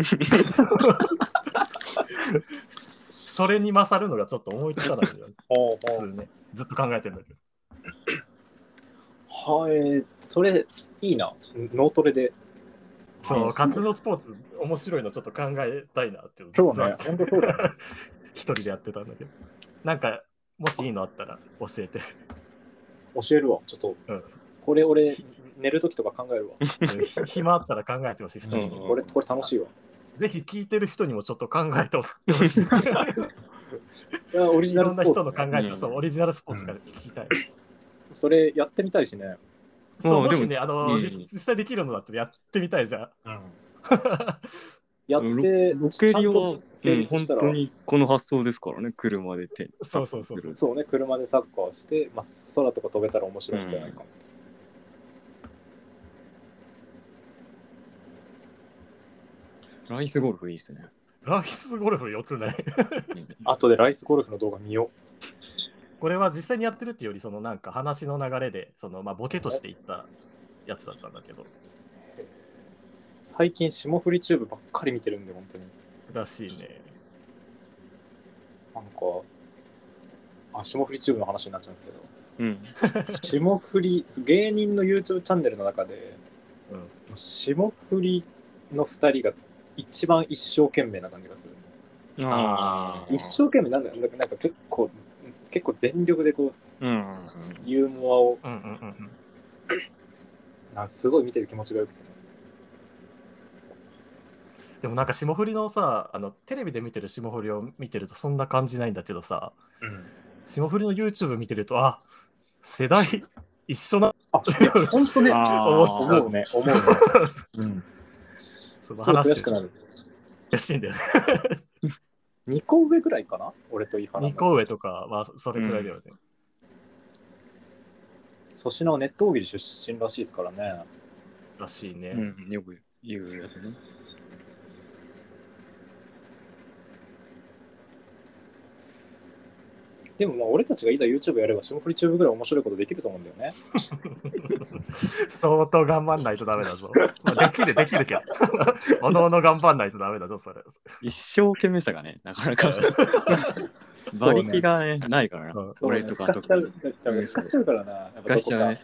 S3: それに勝るのがちょっと思いつかないんだよね普通ねずっと考えてるんだけど
S1: はい、それいいな。脳トレで。
S3: そう、架空のスポーツ面白いのちょっと考えたいなって
S1: そうね、本当そうだ、ね。
S3: 一人でやってたんだけど。なんか、もしいいのあったら教えて。
S1: 教えるわ、ちょっと。うん、これ俺、寝るときとか考えるわ。
S3: 暇あったら考えてほしい、普通に、
S1: うん。これ、これ楽しいわ。
S3: ぜひ聞いてる人にもちょっと考えてほしい。い
S1: やオリジナルスポーツ、ね、
S3: いろんな人の考えた、そう、オリジナルスポーツから聞きたい。うん、
S1: それやってみたいしね。
S3: そう、もしね、あの、うん、実際できるのだったらやってみたいじゃん。うん、
S1: やって
S2: ロケリは成立したら、うん、本当にこの発想ですからね、車で手
S3: そうそうそうそう。
S1: そうね、車でサッカーして、まあ、空とか飛べたら面白いんじゃないかも。
S2: うん、ライスゴルフいいですね。
S3: ライスゴルフよくない
S1: 後でライスゴルフの動画見よう。
S3: これは実際にやってるっていうより、そのなんか話の流れで、そのまあボケとしていったやつだったんだけど。
S1: 最近霜降りチューブばっかり見てるんで、本当に。
S3: らしいね。
S1: なんか、あ、霜降りチューブの話になっちゃうんですけど、
S2: うん、
S1: 霜降り、芸人の YouTube チャンネルの中で、うん、霜降りのふたりが一番一生懸命な感じがする。あ一生懸命なんだよ。なんか結構、結構全力でこう、うん、ユーモアを、うんうんうんうん、すごい見てて気持ちがよくてね。
S3: でもなんか霜降りのさ、あのテレビで見てる霜降りを見てるとそんな感じないんだけどさ、うん、霜降りの YouTube 見てると、あ、世代一緒な。
S1: あ、本当ね、思うね、思うね。うん。その話悔しくなる。
S3: 悔しいんだよね。
S1: にこ上ぐらいかな、俺と伊原。
S3: にこ上とかはそれくらいだよね。
S1: 粗品はネット大喜利出身らしいですからね。
S3: らしいね。
S2: うん、よく言うやつね。
S1: でもまあ俺たちがいざ YouTube やれば霜降りチューブぐらい面白いことできると思うんだよね。
S3: 相当頑張んないとダメだぞ。まあ、できるできるけど。おのおの頑張んないとダメだぞ、それ。
S2: 一生懸命さがね、なかなか馬力が、ね、ないからな。
S1: ね、俺とかとか。すかしちゃうからな。
S2: すかしちゃうね。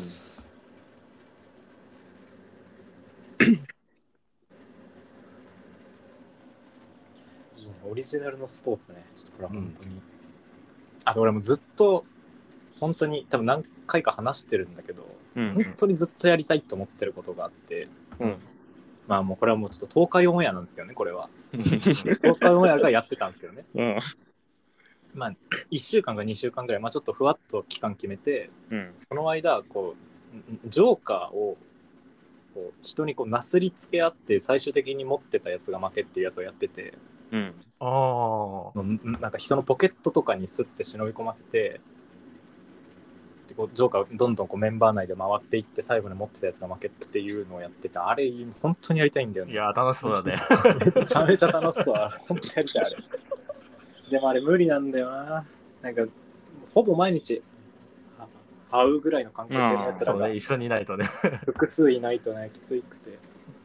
S1: オリジナルのスポーツね。ちょっとこれは本当に。うん、あと俺もずっと本当に多分何回か話してるんだけど、うん、本当にずっとやりたいと思ってることがあって、うん、まあもうこれはもうちょっと東海オンエアなんですけどね、これは。東海オンエアがやってたんですけどね。うん、まあいっしゅうかんかにしゅうかんぐらい、まあ、ちょっとふわっと期間決めて、うん、その間こうジョーカーをこう人にこうなすりつけ合って最終的に持ってたやつが負けっていうやつをやってて、うん、あなんか人のポケットとかにスッて忍び込ませて、でこうジョーカーどんどんこうメンバー内で回っていって最後に持ってたやつが負けっていうのをやってた。あれ本当にやりたいんだよね。
S3: いや楽しそうだね。
S1: めちゃめちゃ楽しそう。本当にやりたいあれ。でもあれ無理なんだよな。なんかほぼ毎日会うぐらいの関係性のやつらが、
S3: ね、一緒にいないとね。
S1: 複数いないとねきついくて。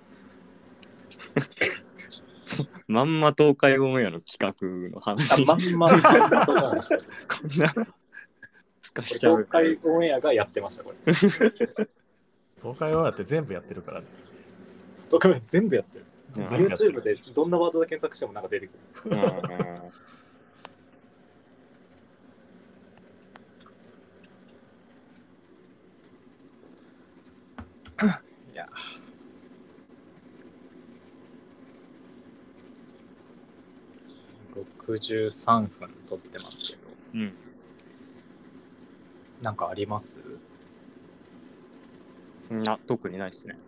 S2: まんま東海オンエアの企画の話。
S1: あまんま東海オンエアの話。
S2: こんなすかしちゃう。
S1: 東海オンエアがやってましたこれ。
S3: 東海オンエアって全部やってるからね。
S1: 東海オンエア全部やってる。うん、YouTube でどんなワードで検索してもなんか出てくる。うん、いや。ろくじゅうさんぷん撮ってますけど、うん、なんかあります？
S2: いや、特にないですね。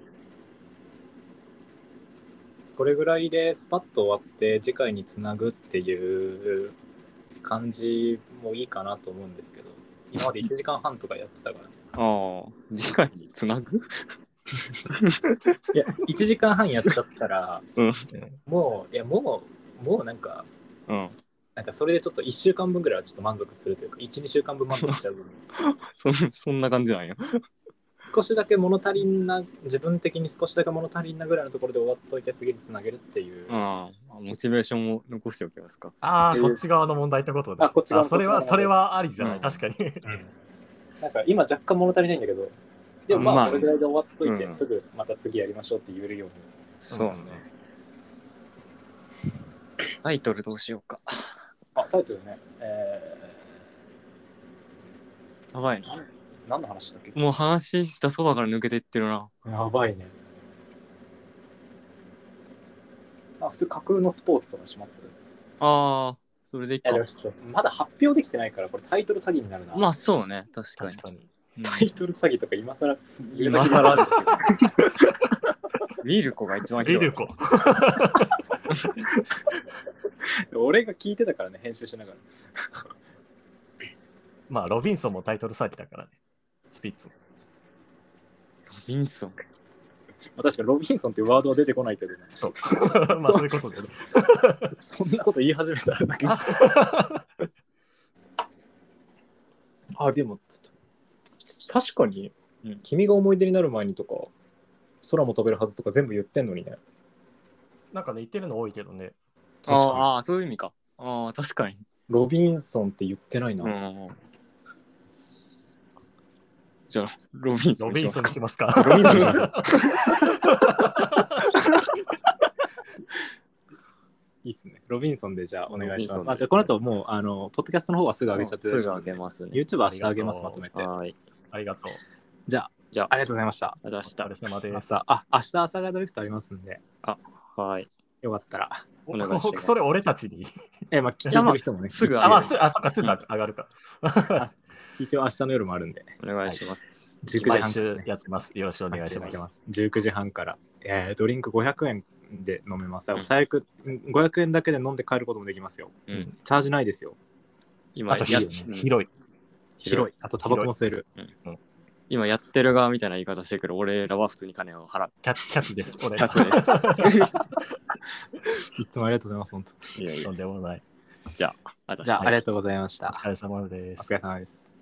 S1: これぐらいでスパッと終わって次回につなぐっていう感じもいいかなと思うんですけど、今までいちじかんはんとかやってたからね。
S2: ああ、次回につなぐ
S1: いや、いちじかんはんやっちゃったら、うん、もう、いや、もう、もうなんか、うん、なんかそれでちょっといっしゅうかんぶんぐらいはちょっと満足するというか、いち、にしゅうかんぶん満足しちゃう
S2: そ, そんな感じなんや。
S1: 少しだけ物足りんな、自分的に少しだけ物足りんなぐらいのところで終わっといて次につなげるっていう。
S2: ああ、モチベーションを残しておきますか。
S3: ああ、こっち側の問題ってことで。あ、こっち側の問題。それは、それはありじゃない、うん、確かに。うん、
S1: なんか今若干物足りないんだけど、 でもまあ、
S2: まあ
S1: これぐらいで終わっといて、
S2: うん
S1: すぐまた次やりましょうって言えるように。
S2: そうね。タイトルどうしようか。
S1: あ、タイトルね。え
S2: やばいね。
S1: ー、何の話だっけ？
S2: もう話したそばから抜けていってるな。
S1: やばいね。あ、普通架空のスポーツとかします？
S2: ああ、それでいいか。
S1: いやでもちょっとまだ発表できてないからこれタイトル詐欺になるな。
S2: まあそうね、確かに。
S3: 確かに。
S2: うん
S1: タイトル詐欺とか今更言うだ
S2: 今
S1: けで
S2: 更ですけど。ウィルコが一番ひどい。
S3: リルコ。
S1: 俺が聞いてたからね、編集しながら。
S3: まあ、ロビンソンもタイトル詐欺だからね。スピッツも。
S2: ロビンソン。
S1: まあ、確かにロビンソンっていうワードは出てこないけどね。
S3: そう。まあ、そういうことでね。
S1: そんなこと言い始めたらだけど。あ、でも、確かに、うん、君が思い出になる前にとか、空も飛べるはずとか全部言ってんのにね。
S3: なんかね、言ってるの多いけどね。
S2: ああ、そういう意味か。ああ、確かに。
S1: ロビンソンって言ってないな。うん、
S2: じゃあ、ロビンソン
S3: にしますか。
S2: ロビンソンにしますか。ロビンソン
S1: いいっすね。ロビンソンでじゃあお願いします。あ、じゃあこの後もうあのポッドキャストの方はすぐ上げちゃって、
S2: すぐ上げますね。
S1: YouTube は明日上げます、まとめて。
S2: はい。
S3: ありがとう。
S1: じゃあ、
S2: じゃあ、
S1: ありがとうございました。
S2: ありがとうございました。
S3: また、
S1: また、あ、明日朝がドリフトありますんで。
S2: あ、はい。
S1: よかったら。
S3: お願いします。それ俺たちに。
S1: え、まあ、聞いてる人もね。
S2: すぐ
S3: あ、まあ、すあ、そっか、すぐ上がるか。
S1: 一応明日の夜もあるんで。
S2: お願いします。
S1: じゅうくじはん
S3: からやってます。よろしくお願いします。
S1: じゅうくじはんから、えー、ドリンクごひゃくえんで飲めます。最悪ごひゃくえんだけで飲んで帰ることもできますよ。
S2: うん、
S1: チャージないですよ。
S3: 今あとや広い。
S1: 広い。あとタバコも吸える。
S2: うん、今やってる側みたいな言い方してるけど、俺らは普通に金を払う。
S3: キャッチです。俺
S2: キャッチです。
S1: いつもありがとうございます。本当。
S3: いやいや、とんでもない。
S2: じゃあ、
S1: じゃあ、ありがとうございました。
S3: お疲れ様です。
S1: お疲れ様です。